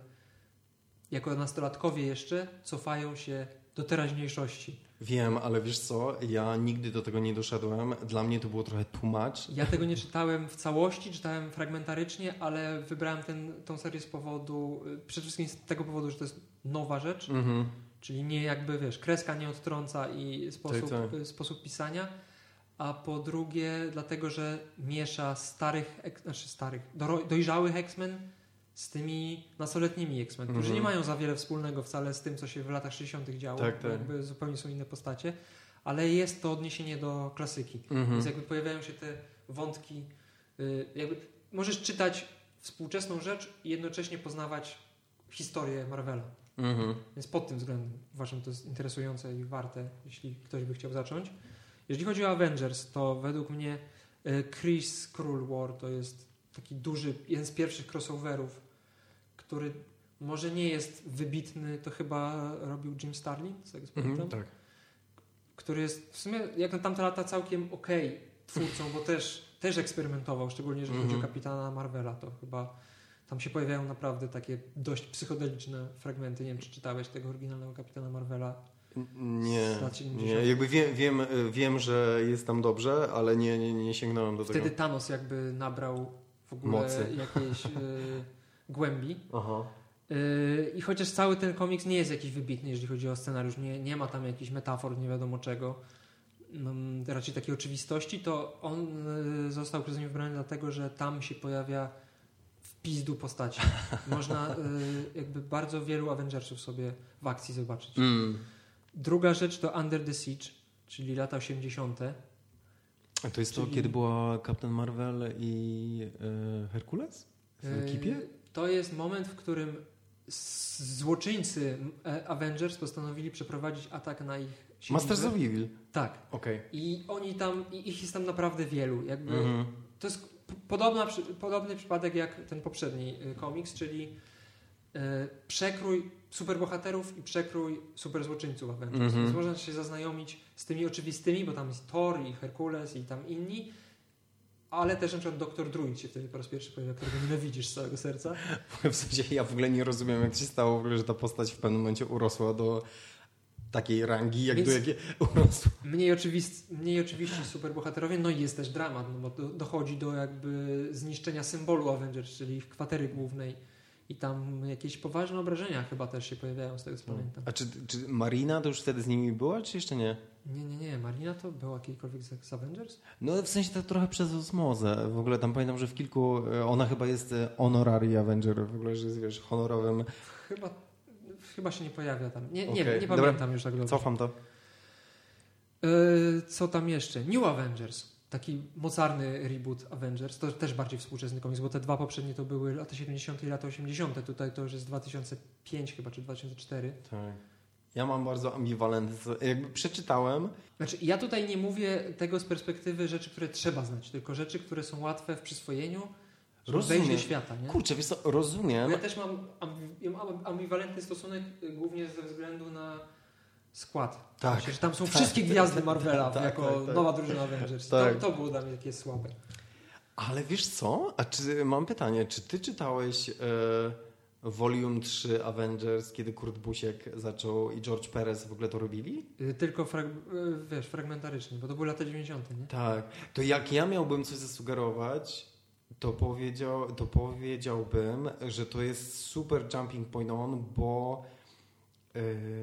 jako nastolatkowie jeszcze cofają się do teraźniejszości. Wiem, ale wiesz co, ja nigdy do tego nie doszedłem. Dla mnie to było trochę too much. Ja tego nie czytałem w całości, czytałem fragmentarycznie, ale wybrałem ten, tą serię z powodu, przede wszystkim z tego powodu, że to jest nowa rzecz, Mhm. czyli nie jakby, wiesz, kreska nie odtrąca i sposób, Tak, tak. sposób pisania, a po drugie dlatego, że miesza starych, znaczy starych, dojrzałych X-Men z tymi nastoletnimi X-Men, którzy Mhm. nie mają za wiele wspólnego wcale z tym, co się w latach sześćdziesiątych działo, Tak, tak. jakby zupełnie są inne postacie, ale jest to odniesienie do klasyki. Mhm. Więc jakby pojawiają się te wątki, y, jakby możesz czytać współczesną rzecz i jednocześnie poznawać historię Marvela. Mhm. Więc pod tym względem uważam, to jest interesujące i warte, jeśli ktoś by chciał zacząć. Jeżeli chodzi o Avengers, to według mnie y, Chris Król War to jest taki duży, jeden z pierwszych crossoverów, który może nie jest wybitny, to chyba robił Jim Starlin, z tego co Mhm, pamiętam, tak. który jest w sumie jak na tamte lata całkiem okej okay twórcą, bo też, też eksperymentował, szczególnie jeżeli chodzi Mhm. o Kapitana Marvela, to chyba tam się pojawiają naprawdę takie dość psychodeliczne fragmenty. Nie wiem, czy czytałeś tego oryginalnego Kapitana Marvela? Nie, z lat nie, siedemdziesiątych. jakby wiem, wiem, wiem, że jest tam dobrze, ale nie, nie, nie sięgnąłem do Wtedy tego. Thanos jakby nabrał w ogóle Mocy. jakiejś y, głębi. Aha. Y, I chociaż cały ten komiks nie jest jakiś wybitny, jeżeli chodzi o scenariusz, nie, nie ma tam jakichś metafor, nie wiadomo czego, mm, raczej takiej oczywistości, to on y, został przez mnie wybrany dlatego, że tam się pojawia w pizdu postaci. Można y, jakby bardzo wielu Avengersów sobie w akcji zobaczyć. Mm. Druga rzecz to Under the Siege, czyli lata osiemdziesiąte. A to jest Czyli- to, kiedy była Captain Marvel i e, Herkules w ekipie? Y, To jest moment, w którym s- złoczyńcy e, Avengers postanowili przeprowadzić atak na ich siedzibę. Masters of Evil. Tak. Okej. I oni tam, i ich jest tam naprawdę wielu. Jakby Mhm. To jest p- podobna, przy- podobny przypadek jak ten poprzedni y, komiks, czyli y, przekrój superbohaterów i przekrój superzłoczyńców Avengers. Mhm. Więc można się zaznajomić z tymi oczywistymi, bo tam jest Thor i Herkules i tam inni, ale też na przykład doktor Druid się wtedy po raz pierwszy pojawia, którego nienawidzisz z całego serca. W sensie ja w ogóle nie rozumiem, jak to się stało w ogóle, że ta postać w pewnym momencie urosła do takiej rangi, jak Więc- do jakiej urosła. Mniej, oczywist, mniej oczywiści superbohaterowie, no i jest też dramat, no bo do, dochodzi do jakby zniszczenia symbolu Avengers, czyli ich kwatery głównej i tam jakieś poważne obrażenia chyba też się pojawiają, z tego co pamiętam. A czy, czy Marina to już wtedy z nimi była, czy jeszcze nie? Nie, nie, nie, Marina to była jakiejkolwiek z, z Avengers? No w sensie tak trochę przez osmozę. W ogóle tam pamiętam, że w kilku, e, ona chyba jest e, honorary Avenger, w ogóle, że jest, wiesz, honorowym. Chyba, chyba się nie pojawia tam. Nie, nie, Okej, wiem, nie dobra. pamiętam już tak dobrze. Cofam to. Yy, co tam jeszcze? New Avengers. Taki mocarny reboot Avengers. To też bardziej współczesny komiks, bo te dwa poprzednie to były lata siedemdziesiąte i lata osiemdziesiąte. Tutaj to już jest dwa tysiące piąty chyba, czy dwa tysiące czwarty. Tak. Ja mam bardzo ambiwalentne, jakby przeczytałem. Znaczy, ja tutaj nie mówię tego z perspektywy rzeczy, które trzeba znać, tylko rzeczy, które są łatwe w przyswojeniu, żeby Rozumiem. wejść do świata. Nie? Kurczę, wiesz co, rozumiem. Bo ja też mam ambi- ja mam ambiwalentny stosunek y, głównie ze względu na skład. Tak. Myślę, że tam są Tak. wszystkie gwiazdy Marvela Tak, jako tak, tak. nowa drużyna Avengers. Tak. To, to było dla mnie takie słabe. Ale wiesz co? A czy mam pytanie, czy ty czytałeś e, Volume trzy Avengers, kiedy Kurt Busiek zaczął i George Perez w ogóle to robili? Y, Tylko frag- y, wiesz, fragmentarycznie, bo to były lata dziewięćdziesiąte, nie? Tak. To jak ja miałbym coś zasugerować, to, powiedział, to powiedziałbym, że to jest super jumping point on, bo yy,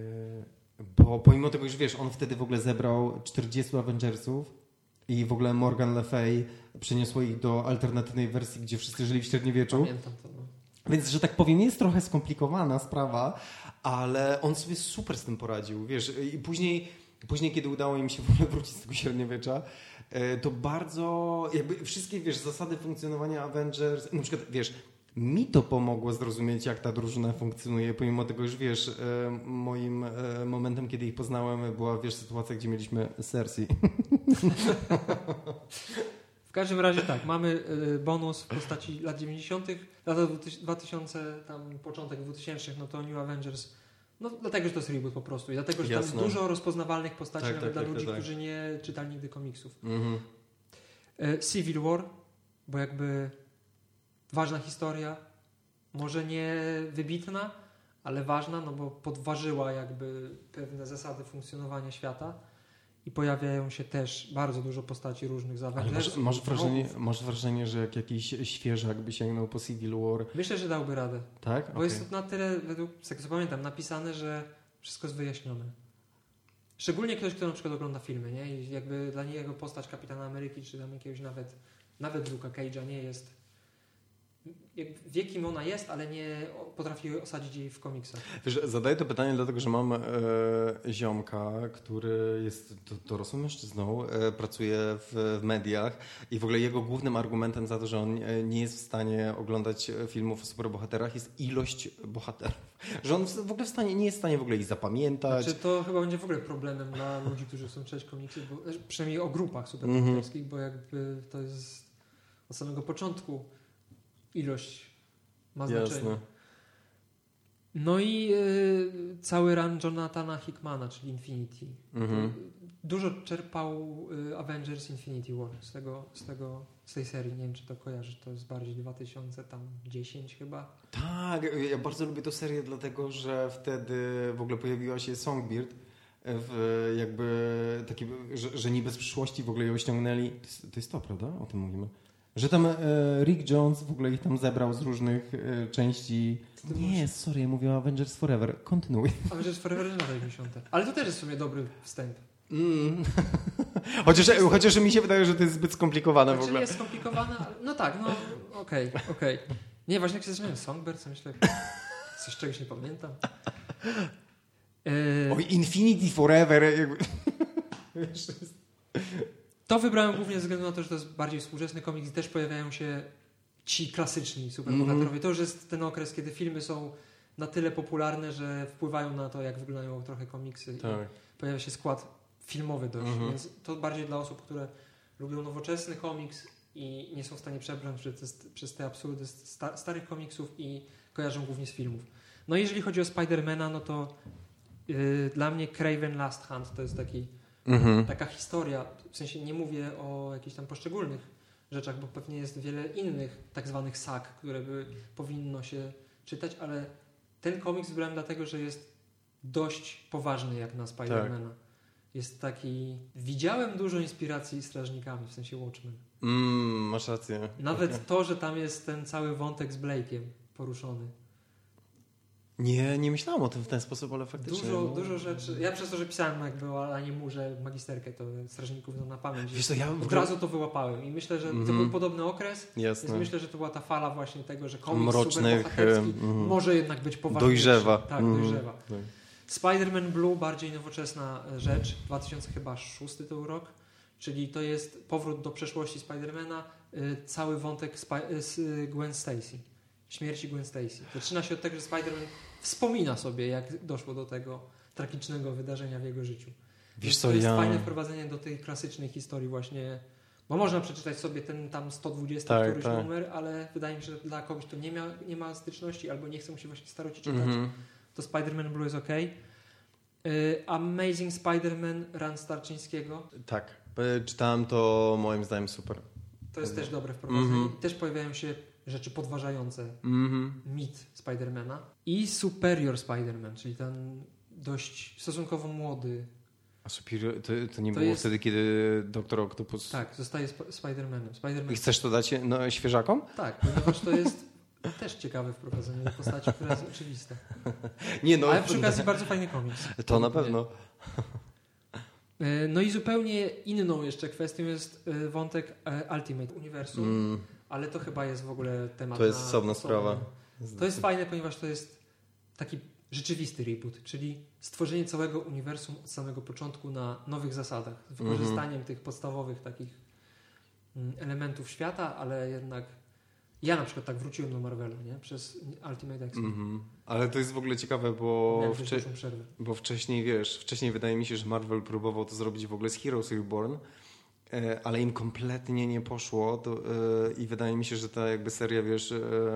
bo pomimo tego, że wiesz, on wtedy w ogóle zebrał czterdziestu Avengersów i w ogóle Morgan Le Fay przeniosło ich do alternatywnej wersji, gdzie wszyscy żyli w średniowieczu. Pamiętam to. No. Więc, że tak powiem, jest trochę skomplikowana sprawa, ale on sobie super z tym poradził, wiesz, i później, później kiedy udało im się w ogóle wrócić z tego średniowiecza, e, to bardzo, jakby wszystkie, wiesz, zasady funkcjonowania Avengers, na przykład, wiesz, mi to pomogło zrozumieć, jak ta drużyna funkcjonuje, pomimo tego, że wiesz, e, moim e, momentem, kiedy ich poznałem, była, wiesz, sytuacja, gdzie mieliśmy Cersei. W każdym razie tak, mamy bonus w postaci lat dziewięćdziesiątych, lata dwa tysiące, tam początek dwutysięcznych, no to New Avengers, no dlatego, że to jest reboot po prostu i dlatego, że Jasne. tam jest dużo rozpoznawalnych postaci tak, nawet tak, dla tak, ludzi, tak. którzy nie czytali nigdy komiksów. Mhm. Civil War, bo jakby ważna historia, może nie wybitna, ale ważna, no bo podważyła jakby pewne zasady funkcjonowania świata i pojawiają się też bardzo dużo postaci różnych z Ale Avengers. masz, masz, wrażenie, masz wrażenie, że jak jakiś świeżak by sięgnął po Civil War... Myślę, że dałby radę. Tak? Bo Okay. jest to na tyle, według, z tego co pamiętam, napisane, że wszystko jest wyjaśnione. Szczególnie ktoś, kto na przykład ogląda filmy, nie? I jakby dla niego postać Kapitana Ameryki, czy tam jakiegoś nawet, nawet Luke'a Cage'a nie jest... Wie, kim ona jest, ale nie potrafi osadzić jej w komiksach. Wiesz, zadaję to pytanie dlatego, że mam e, ziomka, który jest do, dorosłym mężczyzną, e, pracuje w, w mediach i w ogóle jego głównym argumentem za to, że on nie jest w stanie oglądać filmów o superbohaterach jest ilość bohaterów. Że on w ogóle w stanie, nie jest w stanie w ogóle ich zapamiętać. Znaczy, to chyba będzie w ogóle problemem dla ludzi, którzy chcą czytać komiksy, bo, przynajmniej o grupach superbohaterskich, mm-hmm. bo jakby to jest od samego początku ilość ma znaczenie. Jasne. No i y, cały run Jonathana Hickmana, czyli Infinity. Mhm. Dużo czerpał y, Avengers Infinity War z tego, z tego, z tej serii. Nie wiem, czy to kojarzy, to jest bardziej dwa tysiące dziesięć chyba. Tak, ja bardzo lubię tę serię, dlatego że wtedy w ogóle pojawiła się Songbird, w jakby taki, że, że niby z przyszłości w ogóle ją ściągnęli. To jest, to jest to, prawda? O tym mówimy. Że tam e, Rick Jones w ogóle ich tam zebrał z różnych e, części. Nie, sorry, ja mówię o Avengers Forever. Kontynuuj. Avengers Forever jest lata dziewięćdziesiąte. Ale to też jest w sumie dobry wstęp. Mm. chociaż, chociaż mi się wydaje, że to jest zbyt skomplikowane znaczy, w ogóle. jest skomplikowane, ale no tak, no okej, okay, okej. Okay. Nie, właśnie jak się zaczynałem Songbird, co myślę, coś czegoś nie pamiętam. E... Oj, Infinity Forever. Jakby. To wybrałem głównie ze względu na to, że to jest bardziej współczesny komiks i też pojawiają się ci klasyczni superbohaterowie. Mm-hmm. To już jest ten okres, kiedy filmy są na tyle popularne, że wpływają na to, jak wyglądają trochę komiksy. Tak. I pojawia się skład filmowy dość, mm-hmm. więc to bardziej dla osób, które lubią nowoczesny komiks i nie są w stanie przebrnąć przez, przez te absurdy sta- starych komiksów i kojarzą głównie z filmów. No i jeżeli chodzi o Spidermana, no to yy, dla mnie Kraven Last Hunt to jest taki Mhm. taka historia, w sensie nie mówię o jakichś tam poszczególnych rzeczach, bo pewnie jest wiele innych tak zwanych sag, które by powinno się czytać, ale ten komiks wybrałem dlatego, że jest dość poważny jak na Spidermana. Tak. Jest taki... Widziałem dużo inspiracji Strażnikami, w sensie Watchmen. Mm, masz rację. Nawet okay. to, że tam jest ten cały wątek z Blake'iem poruszony. Nie, nie myślałem o tym w ten sposób, ale faktycznie. Dużo, no. dużo rzeczy. Ja przez to, że pisałem jakby o Alanie Murze magisterkę, to Strażników no, na pamięć. Wiesz co, ja od razu to wyłapałem i myślę, że mm-hmm. to był podobny okres. Jasne. Więc myślę, że to była ta fala właśnie tego, że komiks mrocznych superbohaterski mm-hmm. może jednak być poważniejszy. Dojrzewa. Tak, mm-hmm. dojrzewa. Tak. Spider-Man Blue, bardziej nowoczesna rzecz. dwa tysiące szósty to był rok. Czyli to jest powrót do przeszłości Spidermana, y, cały wątek Spi- y, z Gwen Stacy. Śmierci Gwen Stacy. Zaczyna się od tego, że Spider-Man wspomina sobie, jak doszło do tego tragicznego wydarzenia w jego życiu. Wiesz co, to jest ja... fajne wprowadzenie do tej klasycznej historii właśnie, bo można przeczytać sobie ten tam sto dwudziesty tak, któryś tak. numer, ale wydaje mi się, że dla kogoś, kto nie ma, nie ma styczności albo nie chce mu się właśnie staroci czytać, mm-hmm. to Spider-Man Blue jest okej. Okay. Y, Amazing Spider-Man Run Starczyńskiego. Tak, czytałem to, moim zdaniem super. To jest też dobre wprowadzenie. Mm-hmm. Też pojawiają się rzeczy podważające mm-hmm. mit Spidermana i Superior Spider-Man, czyli ten dość stosunkowo młody. A Superior, to, to nie to było jest... wtedy, kiedy doktor Octopus... Tak, zostaje sp- Spider-Manem. Spider-Man... I chcesz to dać no, świeżakom? Tak, ponieważ to jest też ciekawe wprowadzenie do postaci, która jest oczywista. Nie, no, ale przy okazji bardzo fajny komiks. To na pewno. No i zupełnie inną jeszcze kwestią jest wątek Ultimate Uniwersum. Mm. Ale to chyba jest w ogóle temat. To jest na osobna sprawa. To jest fajne, ponieważ to jest taki rzeczywisty reboot, czyli stworzenie całego uniwersum od samego początku na nowych zasadach, z wykorzystaniem mm-hmm. tych podstawowych takich elementów świata, ale jednak ja na przykład tak wróciłem do Marvela, nie? Przez Ultimate X-Men. Mm-hmm. Ale to jest w ogóle ciekawe, bo, wcze- bo wcześniej, wiesz, wcześniej wydaje mi się, że Marvel próbował to zrobić w ogóle z Heroes Reborn, ale im kompletnie nie poszło to, i wydaje mi się, że ta jakby seria, wiesz,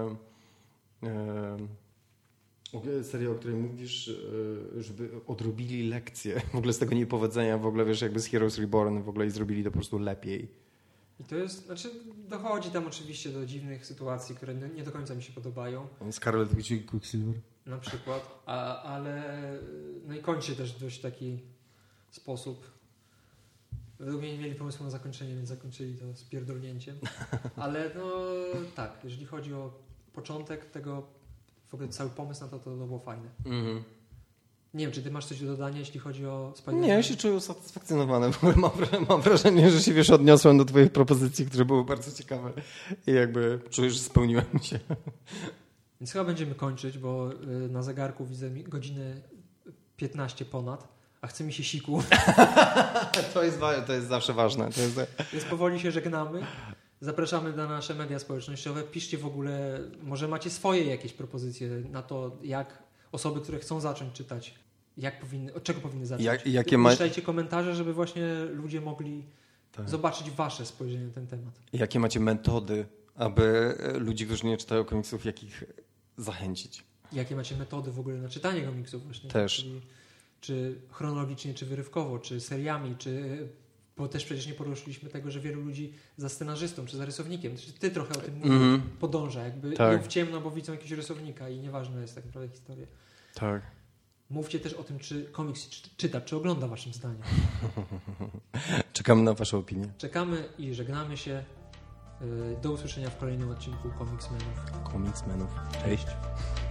seria, o której mówisz, żeby odrobili lekcje w ogóle z tego niepowodzenia, w ogóle, wiesz, jakby z Heroes Reborn w ogóle i zrobili to po prostu lepiej. I to jest, znaczy dochodzi tam oczywiście do dziwnych sytuacji, które nie do końca mi się podobają. Scarlet Witch i Quicksilver. Na przykład, a, ale no i kończy się też w dość taki sposób. Według mnie nie mieli pomysłu na zakończenie, więc zakończyli to z pierdolnięciem. Ale no tak, jeżeli chodzi o początek tego, w ogóle cały pomysł na to, to, to było fajne. Mm-hmm. Nie wiem, czy ty masz coś do dodania, jeśli chodzi o Spider-Man? Nie, ja się czuję usatysfakcjonowany. W ogóle mam, mam wrażenie, że się, wiesz, odniosłem do twoich propozycji, które były bardzo ciekawe i jakby czuję, że spełniłem się. Więc chyba będziemy kończyć, bo na zegarku widzę godzinę piętnaście ponad, a chce mi się siku. to, jest, to jest zawsze ważne. To jest... Więc powoli się żegnamy. Zapraszamy na nasze media społecznościowe. Piszcie w ogóle, może macie swoje jakieś propozycje na to, jak osoby, które chcą zacząć czytać, jak powinny, od czego powinny zacząć. Jak, jakie ma... Piszcie komentarze, żeby właśnie ludzie mogli tak. zobaczyć wasze spojrzenie na ten temat. Jakie macie metody, aby ludzi, którzy nie czytają komiksów, jakich zachęcić? Jakie macie metody w ogóle na czytanie komiksów właśnie? Też. Czyli, czy chronologicznie, czy wyrywkowo, czy seriami, czy... Bo też przecież nie poruszyliśmy tego, że wielu ludzi za scenarzystą, czy za rysownikiem. Ty trochę o tym mówisz, mm-hmm. podąża, jakby tak. idą w ciemno, bo widzą jakiegoś rysownika i nieważna jest tak naprawdę historia. Tak. Mówcie też o tym, czy komiks czyta, czy ogląda waszym zdaniem. Czekamy na waszą opinię. Czekamy i żegnamy się. Do usłyszenia w kolejnym odcinku Komiksmenów. Komiksmenów. Cześć.